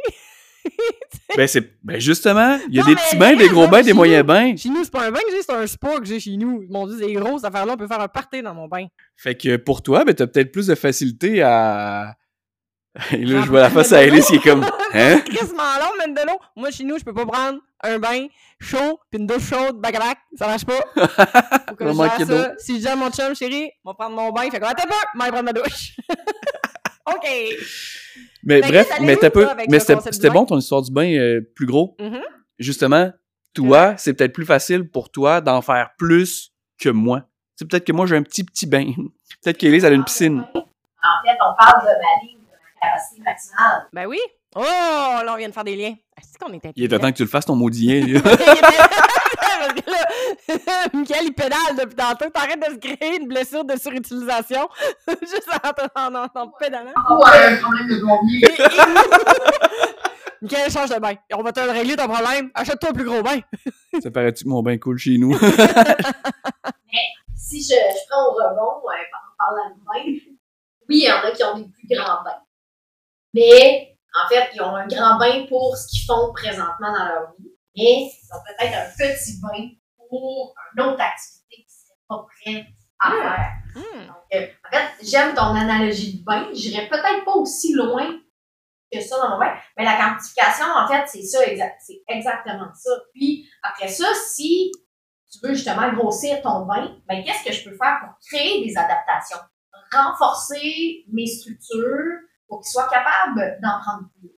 Ben justement, il y a des petits bains, des gros bains, des moyens bains.
Chez nous, c'est pas un bain que j'ai, c'est un spa que j'ai chez nous. Mon Dieu, c'est gros, cette affaire-là, on peut faire un party dans mon bain.
Fait que pour toi, ben t'as peut-être plus de facilité à... Et là, je vois la face à Alice qui est comme... Hein?
Crissement long, même de l'eau. Moi, chez nous, je peux pas prendre un bain chaud puis une douche chaude, bac-à-bac. Ça marche pas. Faut que je fasse ça. Si je dis à mon chum, chérie, on va prendre mon bain, il fait comme, attends un peu, je vais prendre ma douche. OK.
Mais
fait
bref, mais t'as peu. Mais c'était bon
bain?
ton histoire du bain plus gros.
Mm-hmm.
Justement, toi, c'est peut-être plus facile pour toi d'en faire plus que moi. C'est peut-être que moi, j'ai un petit bain. Peut-être qu'Élise, elle a une piscine.
En fait, on parle de ma ligne de capacité maximale.
Ben oui. Oh, là, on vient de faire des liens. Est-ce qu'on est
Il est temps que tu le fasses, ton maudit lien.
Parce que là, Mickaël, il pédale depuis tantôt. T'arrêtes de se créer une blessure de surutilisation juste en pédalant.
Ouais, un problème de plombier.
Mickaël, change de bain. On va te régler ton problème. Achète-toi un plus gros bain.
Ça paraît-tu que mon bain coule chez nous?
Mais si je prends au rebond en parlant de bain, oui, il y en a qui ont des plus grands bains. Mais, en fait, ils ont un grand bain pour ce qu'ils font présentement dans leur vie. Mais ils ont peut-être un petit bain pour une autre activité qui ne serait pas prêt à faire. Donc, en fait, j'aime ton analogie de bain. J'irais peut-être pas aussi loin que ça dans mon bain. Mais la quantification, en fait, c'est ça, c'est exactement ça. Puis, après ça, si tu veux justement grossir ton bain, ben, qu'est-ce que je peux faire pour créer des adaptations? Renforcer mes structures pour qu'ils soient capables d'en prendre plus.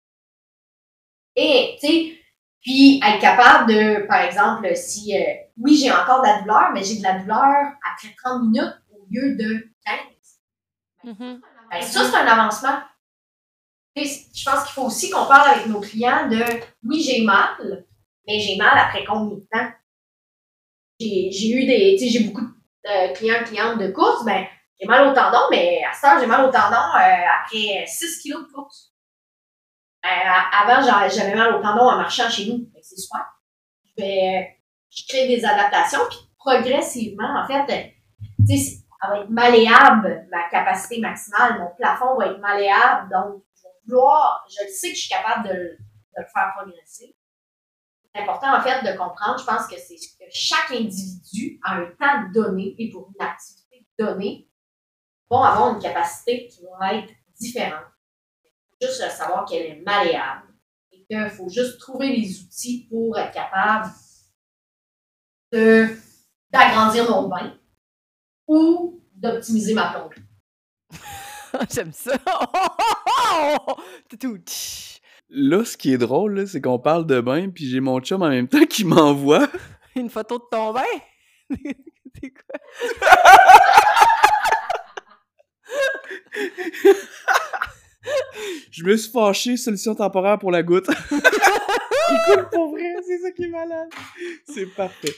Et, tu sais, puis être capable de, par exemple, si, oui, j'ai encore de la douleur, mais j'ai de la douleur après 30 minutes au lieu de 15. Ben, ça, c'est un avancement. Je pense qu'il faut aussi qu'on parle avec nos clients de oui, j'ai mal, mais j'ai mal après combien de temps? J'ai beaucoup de clientes de course, ben, j'ai mal au tendon, mais à ce temps, j'ai mal au tendon après 6 kilos de course. Avant, j'avais mal au tendon en marchant chez nous. C'est super. Je crée des adaptations, puis progressivement, en fait, ça va être malléable, ma capacité maximale, mon plafond va être malléable, donc je le sais que je suis capable de le faire progresser. C'est important, en fait, de comprendre, je pense que c'est que chaque individu a un temps donné et pour une activité donnée, vont avoir une capacité qui va être différente. Il faut juste savoir qu'elle est malléable et qu'il faut juste trouver les outils pour être capable d'agrandir mon bain ou d'optimiser ma plomberie.
J'aime ça.
Là, ce qui est drôle, là, c'est qu'on parle de bain, puis j'ai mon chum en même temps qui m'envoie
une photo de ton bain. C'est quoi?
Je me suis fâché, solution temporaire pour la goutte. Il coule pour vrai, c'est ça qui est malade. C'est parfait.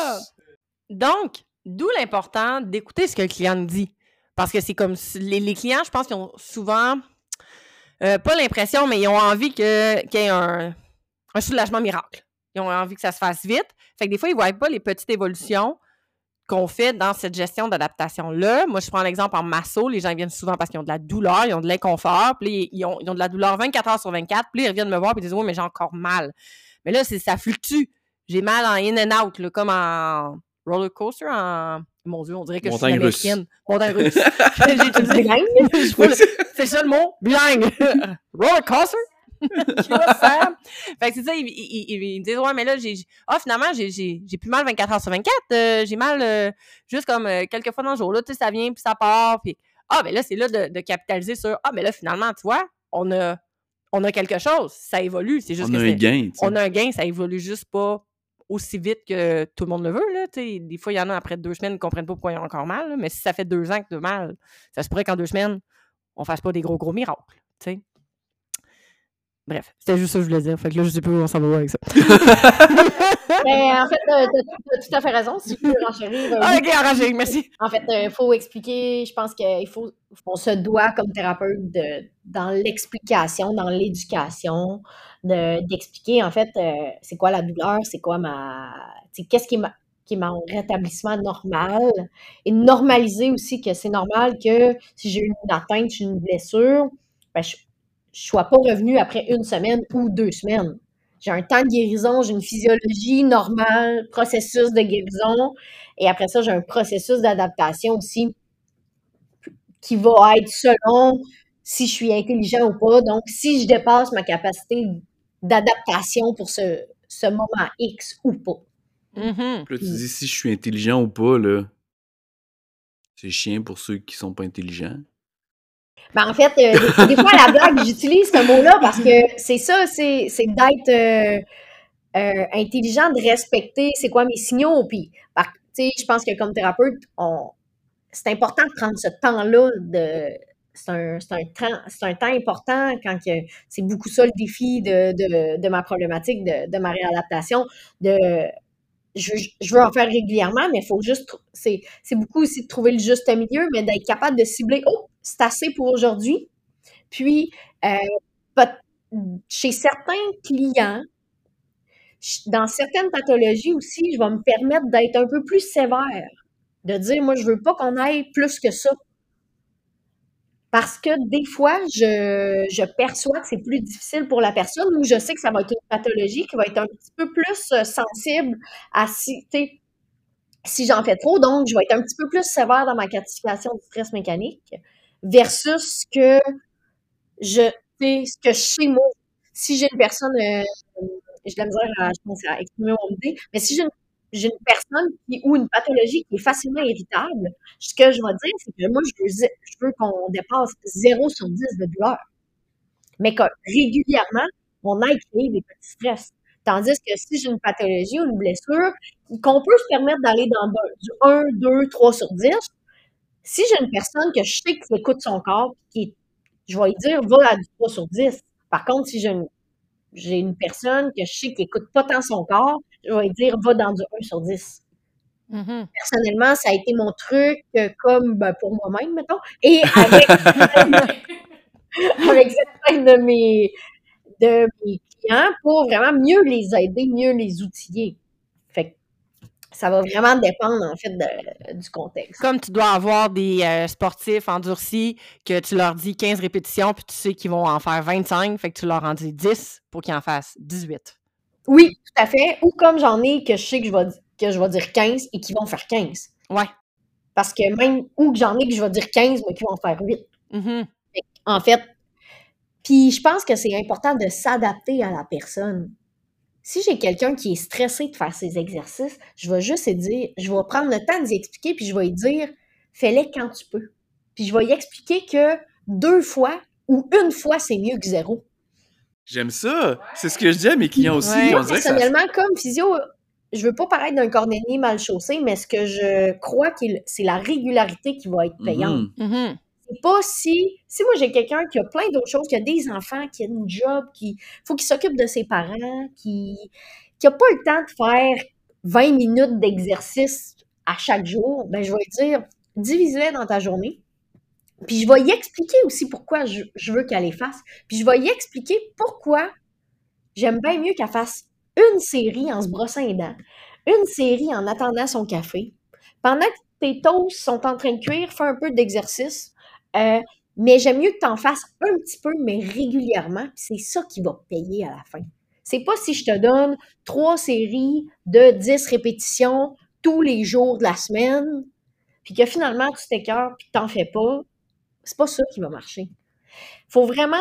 Donc, d'où l'important d'écouter ce que le client nous dit. Parce que c'est comme les clients, je pense qu'ils ont souvent, pas l'impression, mais ils ont envie qu'il y ait un soulagement miracle. Ils ont envie que ça se fasse vite. Fait que des fois, ils ne voient pas les petites évolutions qu'on fait dans cette gestion d'adaptation-là. Moi, je prends l'exemple en masso. Les gens viennent souvent parce qu'ils ont de la douleur, ils ont de l'inconfort, puis ils ont de la douleur 24 heures sur 24, puis ils reviennent me voir et ils disent « Oui, mais j'ai encore mal. » Mais là, ça fluctue. J'ai mal en in and out, là, comme en roller coaster, en... Mon Dieu, on dirait que
Montagne
je suis américaine. Montagne russe.
J'ai utilisé
c'est ça le mot? Bilingue. Roller coaster? Fait que c'est ça, ils me disent, ouais, mais là, finalement, j'ai plus mal 24 heures sur 24. J'ai mal juste comme quelques fois dans le jour. Là, tu sais, ça vient, puis ça part. Puis, ben là, c'est là de capitaliser sur, mais là, finalement, tu vois, on a quelque chose. Ça évolue. C'est juste
on a un gain.
On a un gain, ça évolue juste pas aussi vite que tout le monde le veut. Là, des fois, il y en a après 2 semaines qui ne comprennent pas pourquoi ils ont encore mal. Là, mais si ça fait 2 ans que tu as mal, ça se pourrait qu'en 2 semaines, on ne fasse pas des gros miracles. T'sais. Bref, c'était juste ça que je voulais dire. Fait que là, je sais pas où on s'en va avec ça.
Mais en fait, t'as tout à fait raison. Si je peux renchérir.
OK, enragé, merci.
En fait, il faut expliquer, je pense qu'on se doit, comme thérapeute, dans l'explication, dans l'éducation, d'expliquer, en fait, c'est quoi la douleur, c'est quoi qu'est-ce qui est mon rétablissement normal, et normaliser aussi que c'est normal que si j'ai eu une atteinte, j'ai une blessure, ben, je sois pas revenue après 1 semaine ou 2 semaines. J'ai un temps de guérison, j'ai une physiologie normale, processus de guérison, et après ça, j'ai un processus d'adaptation aussi qui va être selon si je suis intelligent ou pas. Donc, si je dépasse ma capacité d'adaptation pour ce moment X ou pas.
Mm-hmm.
Puis là, tu dis si je suis intelligent ou pas, là. C'est chiant pour ceux qui sont pas intelligents.
Ben, en fait, des fois, à la blague, j'utilise ce mot-là parce que c'est ça, c'est d'être intelligent, de respecter c'est quoi mes signaux. Puis, tu sais, je pense que comme thérapeute, c'est important de prendre ce temps-là c'est un temps important quand c'est beaucoup ça le défi de ma problématique, de ma réadaptation. Je veux en faire régulièrement, mais il faut juste, c'est beaucoup aussi de trouver le juste milieu, mais d'être capable de cibler, c'est assez pour aujourd'hui. Puis, chez certains clients, dans certaines pathologies aussi, je vais me permettre d'être un peu plus sévère, de dire, moi, je veux pas qu'on aille plus que ça. Parce que des fois, je perçois que c'est plus difficile pour la personne ou je sais que ça va être une pathologie qui va être un petit peu plus sensible à si j'en fais trop. Donc, je vais être un petit peu plus sévère dans ma classification du stress mécanique versus que ce que chez moi, si j'ai une personne, j'ai de la misère je pense, à exprimer mon idée, mais si j'ai une personne ou une pathologie qui est facilement irritable, ce que je vais dire, c'est que moi, je veux qu'on dépasse 0 sur 10 de douleur. Mais que régulièrement, on aille créer des petits stress. Tandis que si j'ai une pathologie ou une blessure, qu'on peut se permettre d'aller dans du 1, 2, 3 sur 10, si j'ai une personne que je sais qui écoute son corps, qui je vais lui dire, va à du 3 sur 10. Par contre, si j'ai une personne que je sais qui écoute pas tant son corps, je vais lui dire, va dans du 1 sur 10.
Mhm.
Personnellement, ça a été mon truc, comme pour moi-même, mettons, et avec certains de mes clients pour vraiment mieux les aider, mieux les outiller. Fait que ça va vraiment dépendre, en fait, du contexte.
Comme tu dois avoir des sportifs endurcis que tu leur dis 15 répétitions, puis tu sais qu'ils vont en faire 25, fait que tu leur en dis 10 pour qu'ils en fassent 18.
Oui, tout à fait. Ou comme j'en ai que je sais que je vais dire 15 et qui vont faire 15.
Ouais.
Parce que même, ou que j'en ai que je vais dire 15, mais qui vont faire 8.
Mhm.
En fait, puis je pense que c'est important de s'adapter à la personne. Si j'ai quelqu'un qui est stressé de faire ses exercices, je vais juste lui dire, je vais prendre le temps d'y expliquer, puis je vais lui dire, fais-les quand tu peux. Puis je vais lui expliquer que 2 fois ou 1 fois, c'est mieux que 0.
J'aime ça! C'est ce que je dis à mes clients aussi.
Ouais.
On
Moi,
dirait que ça...
personnellement, comme physio, je veux pas paraître d'un cordonnier mal chaussé, mais ce que je crois c'est la régularité qui va être payante.
Mhm.
Mhm.
C'est pas si moi j'ai quelqu'un qui a plein d'autres choses, qui a des enfants, qui a une job, qui faut qu'il s'occupe de ses parents, qui a pas le temps de faire 20 minutes d'exercice à chaque jour, ben je vais lui dire, divise-les dans ta journée. Puis je vais y expliquer aussi pourquoi je veux qu'elle les fasse. Puis je vais y expliquer pourquoi j'aime bien mieux qu'elle fasse une série en se brossant les dents, une série en attendant son café. Pendant que tes toasts sont en train de cuire, fais un peu d'exercice. Mais j'aime mieux que tu en fasses un petit peu, mais régulièrement. C'est ça qui va payer à la fin. C'est pas si je te donne 3 séries de 10 répétitions tous les jours de la semaine, puis que finalement tu t'écœures puis que t'en fais pas. C'est pas ça qui va marcher. Faut vraiment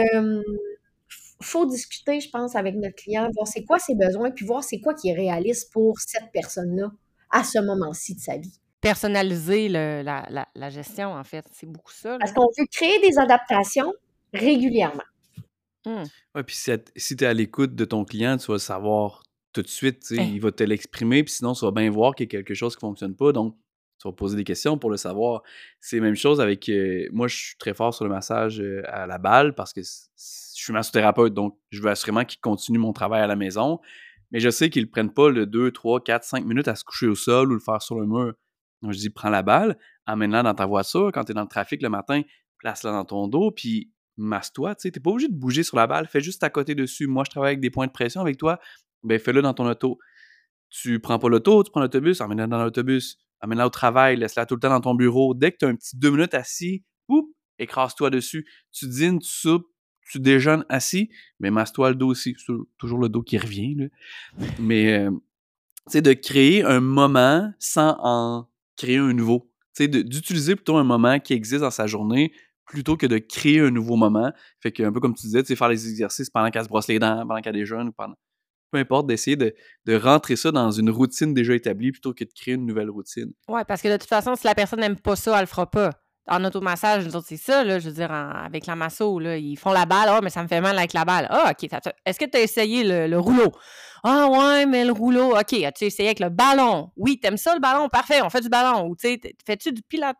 faut discuter, je pense, avec notre client, voir c'est quoi ses besoins, puis voir c'est quoi qui est réaliste pour cette personne-là à ce moment-ci de sa vie.
Personnaliser la gestion, en fait. C'est beaucoup ça.
Parce qu'on veut créer des adaptations régulièrement.
Ouais, puis si tu es à l'écoute de ton client, tu vas le savoir tout de suite. Tu sais,
Hein.
il va te l'exprimer, puis sinon, tu vas bien voir qu'il y a quelque chose qui ne fonctionne pas. Donc, tu vas poser des questions pour le savoir. C'est la même chose avec... moi, je suis très fort sur le massage à la balle parce que je suis massothérapeute, donc je veux assurément qu'il continue mon travail à la maison. Mais je sais qu'ils ne prennent pas le 2, 3, 4, 5 minutes à se coucher au sol ou le faire sur le mur. Donc, je dis, prends la balle, emmène-la dans ta voiture. Quand tu es dans le trafic le matin, place-la dans ton dos, puis masse-toi. Tu sais, t'es pas obligé de bouger sur la balle. Fais juste à côté dessus. Moi, je travaille avec des points de pression avec toi. Ben, fais-le dans ton auto. Tu prends pas l'auto, tu prends l'autobus, emmène-la dans l'autobus. Emmène-la au travail, laisse-la tout le temps dans ton bureau. Dès que tu as un petit 2 minutes assis, écrase-toi dessus. Tu dînes, tu soupes, tu déjeunes assis, mais masse-toi le dos aussi. C'est toujours le dos qui revient, là. Mais, tu sais, de créer un moment sans en créer un nouveau. Tu sais, d'utiliser plutôt un moment qui existe dans sa journée plutôt que de créer un nouveau moment. Fait que, un peu comme tu disais, tu sais, faire les exercices pendant qu'elle se brosse les dents, pendant qu'elle déjeune, ou pendant... Peu importe, d'essayer de rentrer ça dans une routine déjà établie plutôt que de créer une nouvelle routine.
Ouais, parce que de toute façon, si la personne n'aime pas ça, elle le fera pas. En automassage, nous autres, c'est ça, là, je veux dire, avec la masso, là, ils font la balle. Ah, mais ça me fait mal avec la balle. Ah, OK. Est-ce que tu as essayé le rouleau? Ah, ouais, mais le rouleau, OK. As-tu essayé avec le ballon? Oui, t'aimes ça, le ballon? Parfait, on fait du ballon. Ou, tu sais, fais-tu du pilates?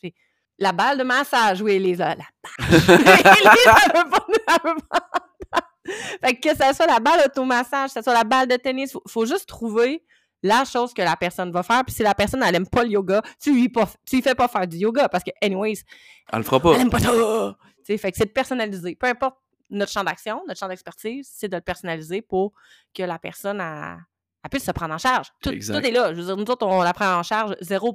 La balle de massage, oui, Elise, la balle. Elise, elle veut pas. Fait que ça soit la balle automassage, que ça soit la balle de tennis, faut juste trouver la chose que la personne va faire. Puis si la personne, elle aime pas le yoga, tu lui fais pas faire du yoga parce que, anyways,
elle le fera pas.
Elle aime pas ça. Fait que c'est de personnaliser. Peu importe notre champ d'action, notre champ d'expertise, c'est de le personnaliser pour que la personne elle puisse se prendre en charge. Tout est là. Je veux dire, nous autres, on la prend en charge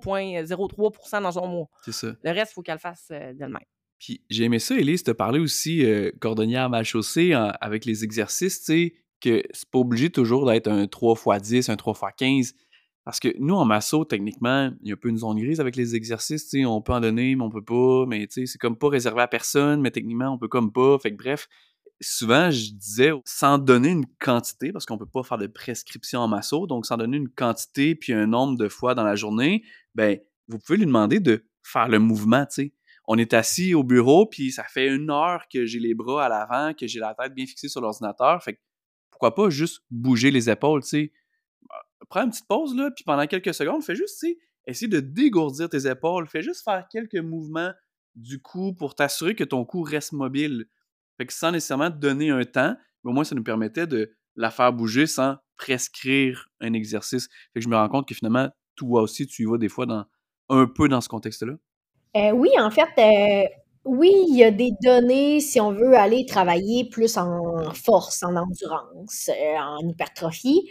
0,03% dans un mois.
C'est ça.
Le reste, il faut qu'elle le fasse d'elle-même.
Puis j'ai aimé ça, Élise, te parler aussi cordonnière mal chaussée avec les exercices, tu sais, que c'est pas obligé toujours d'être un 3x10, un 3x15. Parce que nous, en masso, techniquement, il y a un peu une zone grise avec les exercices, tu sais, on peut en donner, mais on peut pas, mais tu sais, c'est comme pas réservé à personne, mais techniquement, on peut comme pas. Fait que bref, souvent, je disais, sans donner une quantité, parce qu'on peut pas faire de prescription en masso, donc sans donner une quantité puis un nombre de fois dans la journée, ben, vous pouvez lui demander de faire le mouvement, tu sais. On est assis au bureau, puis ça fait 1 heure que j'ai les bras à l'avant, que j'ai la tête bien fixée sur l'ordinateur. Fait que pourquoi pas juste bouger les épaules, tu sais. Prends une petite pause, là, puis pendant quelques secondes, fais juste, tu sais, essayer de dégourdir tes épaules. Fais juste faire quelques mouvements du coût pour t'assurer que ton cou reste mobile. Fait que sans nécessairement te donner un temps, mais au moins ça nous permettait de la faire bouger sans prescrire un exercice. Fait que je me rends compte que finalement, toi aussi, tu y vas des fois un peu dans ce contexte-là.
Oui, en fait, oui, il y a des données si on veut aller travailler plus en force, en endurance, en hypertrophie.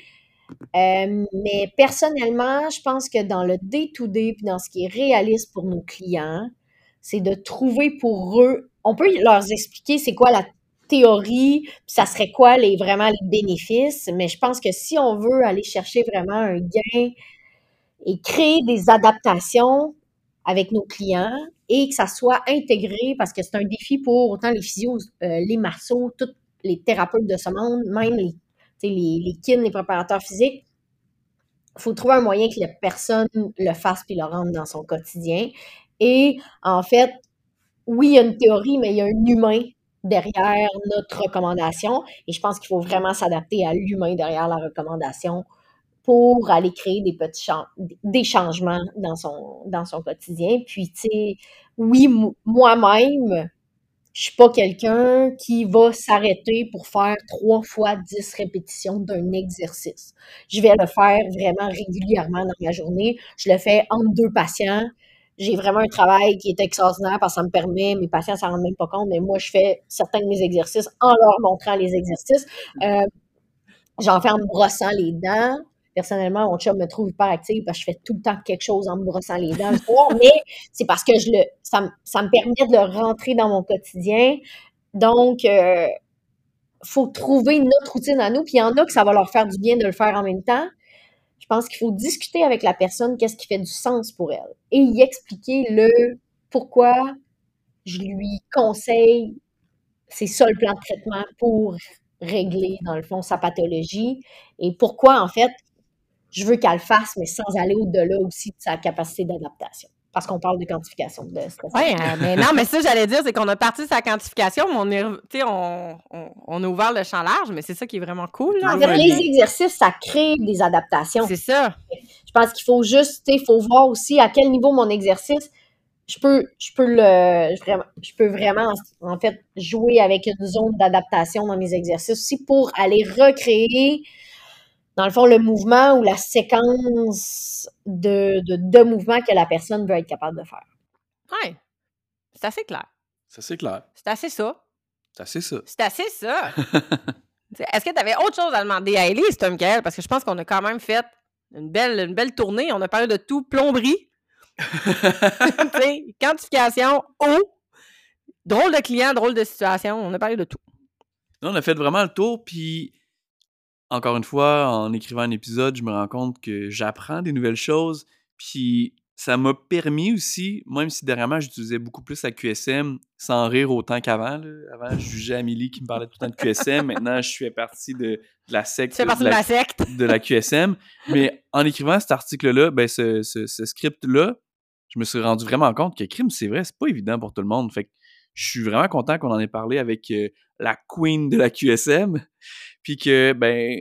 Mais personnellement, je pense que dans le day-to-day, puis dans ce qui est réaliste pour nos clients, c'est de trouver pour eux, on peut leur expliquer c'est quoi la théorie, puis ça serait quoi vraiment les bénéfices, mais je pense que si on veut aller chercher vraiment un gain et créer des adaptations avec nos clients et que ça soit intégré, parce que c'est un défi pour autant les physios, les massos, tous les thérapeutes de ce monde, même les kin, les préparateurs physiques. Il faut trouver un moyen que la personne le fasse puis le rentre dans son quotidien. Et en fait, oui, il y a une théorie, mais il y a un humain derrière notre recommandation. Et je pense qu'il faut vraiment s'adapter à l'humain derrière la recommandation pour aller créer des changements dans son quotidien. Puis, tu sais, oui, moi-même, je suis pas quelqu'un qui va s'arrêter pour faire 3 fois 10 répétitions d'un exercice. Je vais le faire vraiment régulièrement dans ma journée. Je le fais entre 2 patients. J'ai vraiment un travail qui est extraordinaire parce que ça me permet, mes patients s'en rendent même pas compte, mais moi, je fais certains de mes exercices en leur montrant les exercices. J'en fais en me brossant les dents. Personnellement, mon chum me trouve hyper active parce que je fais tout le temps quelque chose en me brossant les dents le soir, mais c'est parce que ça me permet de le rentrer dans mon quotidien. Donc, faut trouver notre routine à nous, puis il y en a que ça va leur faire du bien de le faire en même temps. Je pense qu'il faut discuter avec la personne qu'est-ce qui fait du sens pour elle et y expliquer le pourquoi je lui conseille c'est ça le plan de traitement pour régler, dans le fond, sa pathologie et pourquoi, en fait, je veux qu'elle le fasse, mais sans aller au-delà aussi de sa capacité d'adaptation. Parce qu'on parle de quantification de stress.
Oui, mais non, mais ça, j'allais dire, c'est qu'on a parti de sa quantification, mais on a ouvert le champ large, mais c'est ça qui est vraiment cool. Là,
en fait, les exercices, ça crée des adaptations.
C'est ça.
Je pense qu'il faut juste, faut voir aussi à quel niveau mon exercice, je peux vraiment, en fait, jouer avec une zone d'adaptation dans mes exercices aussi pour aller recréer, dans le fond, le mouvement ou la séquence de mouvements que la personne veut être capable de faire.
Oui, c'est assez clair.
C'est assez clair.
C'est assez ça.
C'est assez ça.
C'est assez ça. Est-ce que tu avais autre chose à demander à Élise, toi, Michael? Parce que je pense qu'on a quand même fait une belle tournée. On a parlé de tout. Plomberie. Quantification, eau. Drôle de client, drôle de situation. On a parlé de tout.
Là, on a fait vraiment le tour, puis encore une fois, en écrivant un épisode, je me rends compte que j'apprends des nouvelles choses, puis ça m'a permis aussi, même si dernièrement, j'utilisais beaucoup plus la QSM sans rire autant qu'avant. Avant, je jugeais Amélie qui me parlait tout le temps de QSM. Maintenant, je suis parti de la secte.
Tu fais partie de ma secte.
De la QSM. Mais en écrivant cet article-là, ce script-là, je me suis rendu vraiment compte que crime, c'est vrai, c'est pas évident pour tout le monde. Fait que je suis vraiment content qu'on en ait parlé avec la queen de la QSM, puis que,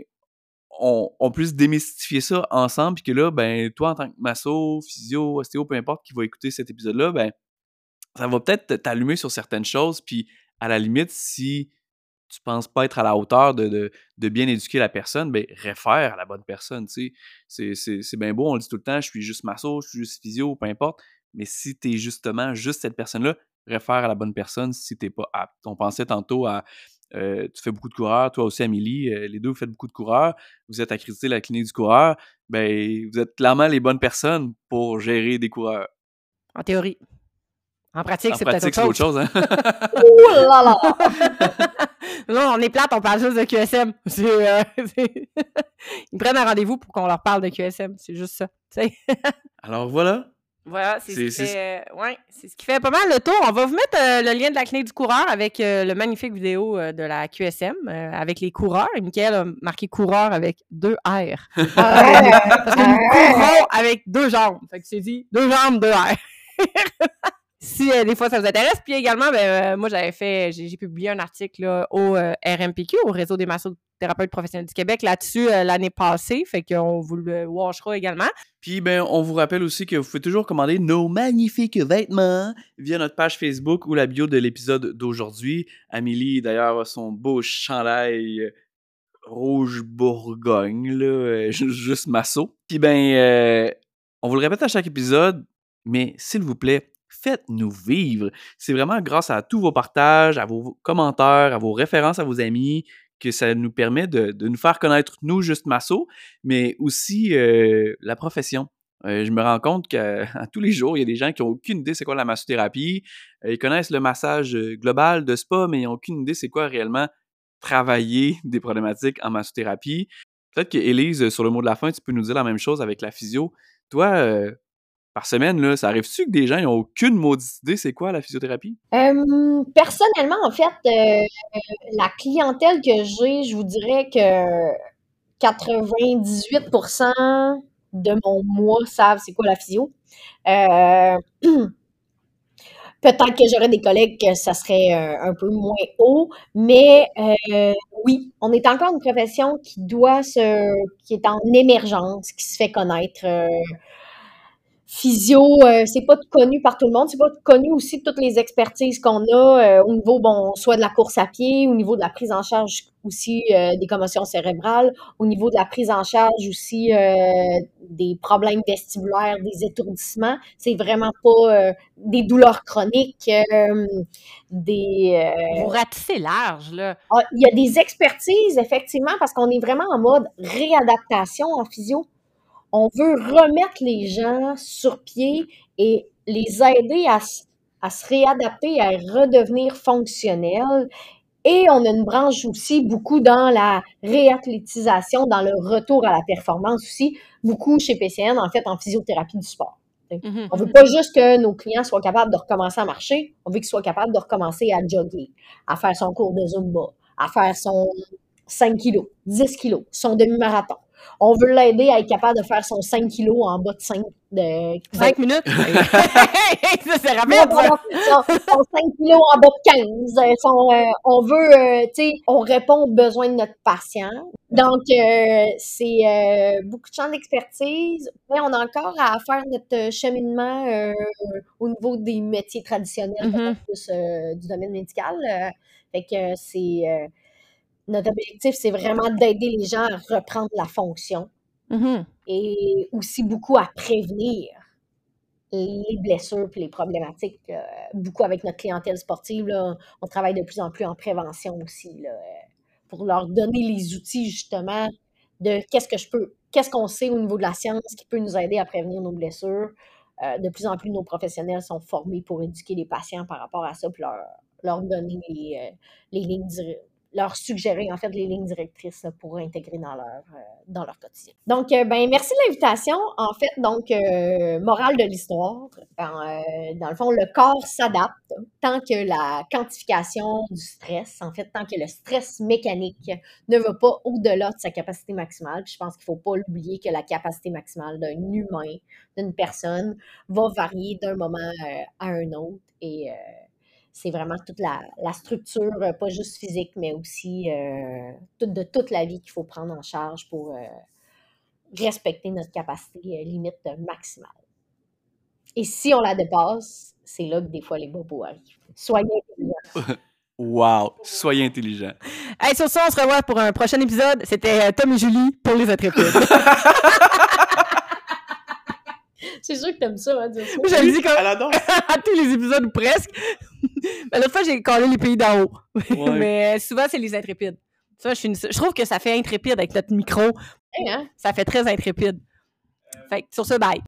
on puisse démystifier ça ensemble, puis que là, toi, en tant que masso, physio, ostéo, peu importe, qui va écouter cet épisode-là, ça va peut-être t'allumer sur certaines choses, puis à la limite, si tu penses pas être à la hauteur de bien éduquer la personne, réfère à la bonne personne, tu sais. C'est bien beau, on le dit tout le temps, je suis juste masso, je suis juste physio, peu importe, mais si t'es justement juste cette personne-là, réfère à la bonne personne si t'es pas apte. On pensait tantôt à tu fais beaucoup de coureurs, toi aussi Amélie, les deux vous faites beaucoup de coureurs, vous êtes accrédité à la clinique du coureur, vous êtes clairement les bonnes personnes pour gérer des coureurs.
En théorie. En pratique, c'est peut-être
autre chose. Hein?
Ouh là là!
Non, on est plate, on parle juste de QSM. Ils prennent un rendez-vous pour qu'on leur parle de QSM, c'est juste ça.
Alors voilà.
Voilà, c'est ce qui fait pas mal le tour. On va vous mettre le lien de la clinique du coureur avec le magnifique vidéo de la QSM avec les coureurs. Et Michael a marqué coureur avec 2 R. Parce que nous courons avec 2 jambes. Fait que c'est dit 2 jambes, 2 R. si des fois ça vous intéresse. Puis également, moi j'ai publié un article là, au RMPQ, au Réseau des massothérapeutes professionnels du Québec, là-dessus l'année passée, fait qu'on vous le watchera également.
Puis on vous rappelle aussi que vous pouvez toujours commander nos magnifiques vêtements via notre page Facebook ou la bio de l'épisode d'aujourd'hui. Amélie, d'ailleurs, a son beau chandail rouge Bourgogne, là, juste masso. Puis on vous le répète à chaque épisode, mais s'il vous plaît, faites-nous vivre. C'est vraiment grâce à tous vos partages, à vos commentaires, à vos références à vos amis, que ça nous permet de nous faire connaître, nous, juste masso, mais aussi la profession. Je me rends compte qu'à tous les jours, il y a des gens qui n'ont aucune idée c'est quoi la massothérapie. Ils connaissent le massage global de spa, mais ils n'ont aucune idée c'est quoi réellement travailler des problématiques en massothérapie. Peut-être que Élise, sur le mot de la fin, tu peux nous dire la même chose avec la physio. Toi, par semaine, là, ça arrive-tu que des gens n'ont aucune maudite idée c'est quoi la physiothérapie?
Personnellement, en fait, la clientèle que j'ai, je vous dirais que 98% de mon mois savent c'est quoi la physio. Peut-être que j'aurais des collègues que ça serait un peu moins haut, mais oui, on est encore une profession qui est en émergence, qui se fait connaître. Physio, c'est pas connu par tout le monde. C'est pas connu aussi de toutes les expertises qu'on a au niveau, soit de la course à pied, au niveau de la prise en charge aussi des commotions cérébrales, au niveau de la prise en charge aussi des problèmes vestibulaires, des étourdissements. C'est vraiment pas des douleurs chroniques,
Vous ratissez large, là.
Il y a des expertises, effectivement, parce qu'on est vraiment en mode réadaptation en physio. On veut remettre les gens sur pied et les aider à se réadapter, à redevenir fonctionnels. Et on a une branche aussi beaucoup dans la réathlétisation, dans le retour à la performance aussi, beaucoup chez PCN, en fait, en physiothérapie du sport.
Mm-hmm.
On veut pas juste que nos clients soient capables de recommencer à marcher, on veut qu'ils soient capables de recommencer à jogger, à faire son cours de Zumba, à faire son 5 kilos, 10 kilos, son demi-marathon. On veut l'aider à être capable de faire son 5 kilos en bas de 5
minutes? Ça, c'est rapide, ça!
Son 5 kilos en bas de 15. On veut, on répond aux besoins de notre patient. Donc, c'est beaucoup de champs d'expertise. Mais on a encore à faire notre cheminement au niveau des métiers traditionnels, plus du domaine médical. Fait que c'est... notre objectif, c'est vraiment d'aider les gens à reprendre la fonction et aussi beaucoup à prévenir les blessures et les problématiques. Beaucoup avec notre clientèle sportive, là, on travaille de plus en plus en prévention aussi, là, pour leur donner les outils justement de qu'est-ce qu'on sait au niveau de la science qui peut nous aider à prévenir nos blessures. De plus en plus, nos professionnels sont formés pour éduquer les patients par rapport à ça, puis leur donner les lignes leur suggérer en fait les lignes directrices là, pour intégrer dans leur quotidien. Donc, merci de l'invitation. En fait, donc, morale de l'histoire, dans le fond, le corps s'adapte tant que la quantification du stress, en fait, tant que le stress mécanique ne va pas au-delà de sa capacité maximale. Puis je pense qu'il ne faut pas l'oublier que la capacité maximale d'un humain, d'une personne, va varier d'un moment à un autre et c'est vraiment toute la structure, pas juste physique, mais aussi de toute la vie qu'il faut prendre en charge pour respecter notre capacité limite maximale. Et si on la dépasse, c'est là que des fois les bobos arrivent. Soyez intelligents.
Wow! Soyez intelligents.
Hey, sur ça, on se revoit pour un prochain épisode. C'était Tom et Julie pour les intrépides.
C'est sûr que t'aimes ça, hein, dire ça.
J'avais dit à tous les épisodes ou presque. Mais l'autre fois, j'ai collé les pays d'en haut. Ouais. Mais souvent, c'est les intrépides. Ça, je trouve que ça fait intrépide avec notre micro.
Hey, hein?
Ça fait très intrépide. Fait que sur ce, bye.